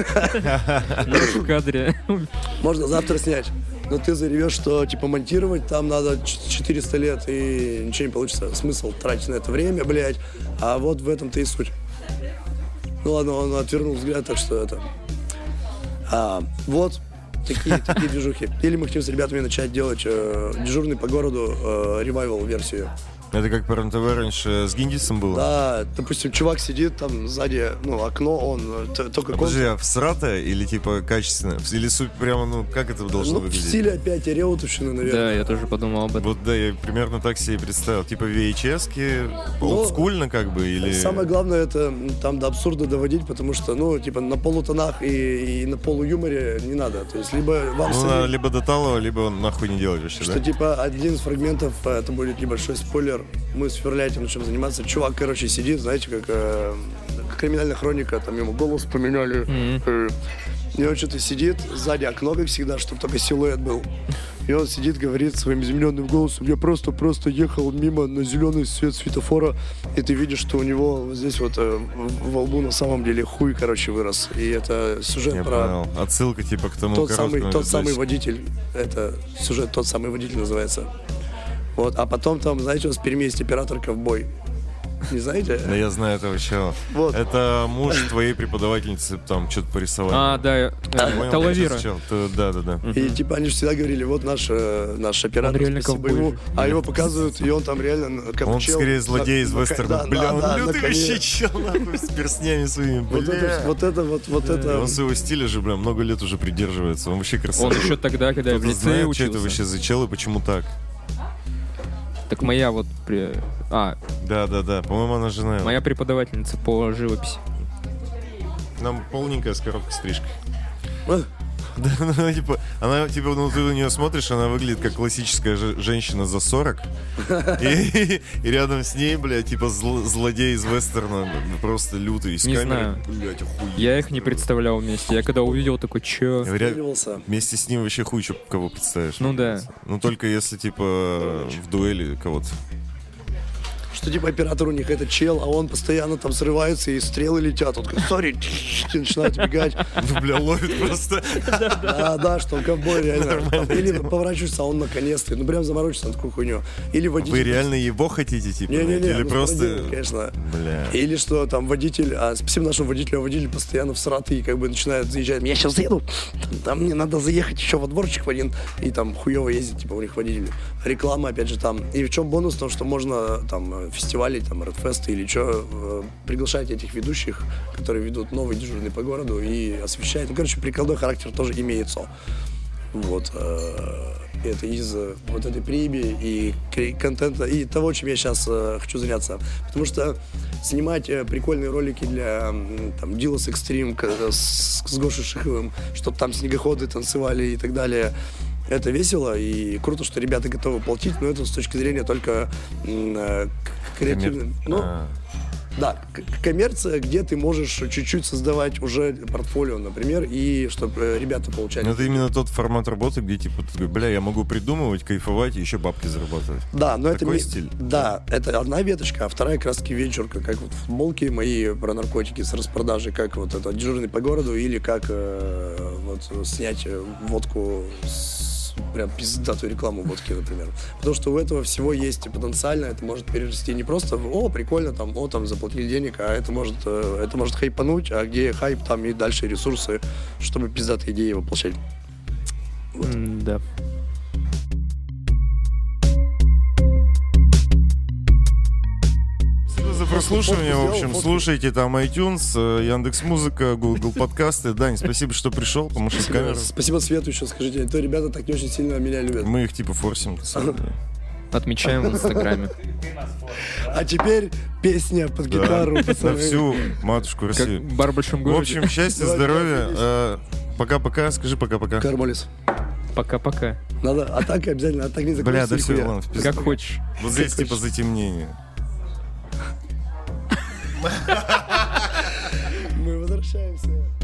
В кадре. Можно завтра снять. Но ты заревешь, что типа монтировать там надо четыреста лет и ничего не получится. Смысл тратить на это время, блядь. А вот в этом-то и суть. Ну ладно, он отвернул взгляд, так что это... А, вот такие, такие движухи. Или мы хотим с ребятами начать делать э, дежурный по городу э, ревайвал-версию. Это как по РЕН-ТВ раньше с Гиндисом было? Да, допустим, чувак сидит там сзади, ну, окно, он т- только... А подожди, а всратая или типа качественно? Или суть прямо, ну, как это должно Ну, в выглядеть? стиле опять реутовщины, Да, наверное. я тоже подумал об этом. Вот да, я примерно так себе и представил. Типа ви эйч эс-ки, Ну, олдскульно как бы, или... Самое главное это м, там до абсурда доводить, потому что, ну, типа, на полутонах и, и на полуюморе не надо. То есть, либо вам Ну, сами- надо либо до талого, либо нахуй не делать вообще, что, да? типа, один из фрагментов, э, это будет небольшой спойлер, мы с Февраля этим начнем заниматься. Чувак, короче, сидит, знаете, как э, криминальная хроника, там ему голос поменяли. э, И он что-то сидит, сзади окно, как всегда, чтобы только силуэт был. И он сидит, говорит своим измененным голосом: я просто-просто ехал мимо на зеленый свет светофора, и ты видишь, что у него вот здесь вот э, в во лбу на самом деле хуй, короче, вырос. И это сюжет Я про понял. Отсылка типа к тому тот самый, короткому тот самый видосику. водитель. Это сюжет «Тот самый водитель» называется. Вот, а потом там, знаете, у нас в Перми есть оператор-ковбой. Не знаете? Да я знаю этого чела. Вот. Это муж твоей преподавательницы, там, что-то по рисованию. А, да, э, Понял, Талавира. как чел? Ты- Да, да, да. И типа они же всегда говорили: вот наш, э, наш оператор, Он реально спасибо ковбой ему. же. А его показывают, и он там реально как Он чел скорее на- злодей из на- вестерна. да, Бля, да, он да, лютый на коне. вообще чел, нахуй, с перстнями своими, Вот это, бля. вот это, вот, вот это. Он своего стиля же, бля, много лет уже придерживается. Он вообще Он красавчик. еще тогда, когда я в Кто-то лицее знает, что это учился. вообще за чел и почему так? Так моя вот... при- А, Да, да, да. По-моему, она жена его. моя преподавательница по живописи. Нам полненькая с короткой стрижкой. А, Да, ну, типа, она, типа, ну, ты на нее смотришь, она выглядит как классическая же- женщина за сорок. И, и рядом с ней, блядь, типа, зл- злодей из вестерна, просто лютый, из Не камеры. знаю. Блядь, охуенно. Я их не представлял вместе. Я когда увидел, такой, чё? Говорят, стреливался. вместе с ним вообще хуй чё- кого представишь. Ну да. Ну, только если, типа, в дуэли кого-то. Что типа оператор у них это чел, а он постоянно там срывается и стрелы летят. Он такой: сори, и начинает бегать. Ну, бля, ловит просто. Да, да, что он ковбой реально. Нормальное Или дело. поворачивается, а он на коне стоит. Ну прям заморочится на такую хуйню. Или водитель. Вы реально его хотите, типа? Не-не-не, Или ну, просто... справедливо, конечно. Бля. Или что там водитель, а спасибо нашему водителю, а водитель постоянно всратый, как бы начинает заезжать. Я сейчас заеду, там мне надо заехать еще во дворчик в один. И там хуево ездит, типа, у них водитель. Реклама, опять же, там. И в чем бонус? В том, что можно там фестивали, там, Редфесты или что, приглашать этих ведущих, которые ведут новый дежурный по городу и освещают. Ну, короче, прикладной характер тоже имеется. Вот. э, Это из э, вот этой приби и кре- контента, и того, чем я сейчас э, хочу заняться. Потому что снимать э, прикольные ролики для м, там Дилос Экстрим к- с, с Гошей Шиховым, чтобы там снегоходы танцевали и так далее. Это весело и круто, что ребята готовы платить, но это с точки зрения только м, э, к- креативным. Ну, А. да, к- коммерция, где ты можешь чуть-чуть создавать уже портфолио, например, и чтобы ребята получали. Ну, это именно тот формат работы, где, типа, ты такой, бля, я могу придумывать, кайфовать и еще бабки зарабатывать. Да, но это Такой ми- стиль? Да, это одна веточка, а вторая как раз таки вечерка, как вот футболки мои про наркотики с распродажей, как вот это дежурный по городу, или как э, вот снять э, водку с прям пиздатую рекламу водки, например. Потому что у этого всего есть потенциально, это может перерасти не просто в «О, прикольно, там, о, там, заплатили денег», а это может, э, это может хайпануть, а где хайп, там и дальше ресурсы, чтобы пиздатые идеи воплощать. Вот. М, Да. Спасибо за прослушивания. В фотку общем, сделал, фотку. слушайте там iTunes, Яндекс.Музыка, Google подкасты. Дань, спасибо, что пришел, помаши в камеру. Спасибо Свету еще скажите. А то ребята так не очень сильно меня любят. Мы их типа форсим. Отмечаем в Инстаграме. А теперь песня под гитару, На пацаны. всю матушку Как России. в бар в большом В городе. общем, счастья, Давай, здоровья. давай, э, Пока-пока. Скажи пока-пока. Кармолис. Пока-пока. Надо, а так обязательно, а так не Бля, да закончится все, нихуя. ладно, в пизду. Как хочешь. Вот здесь типа затемнение. Мы возвращаемся.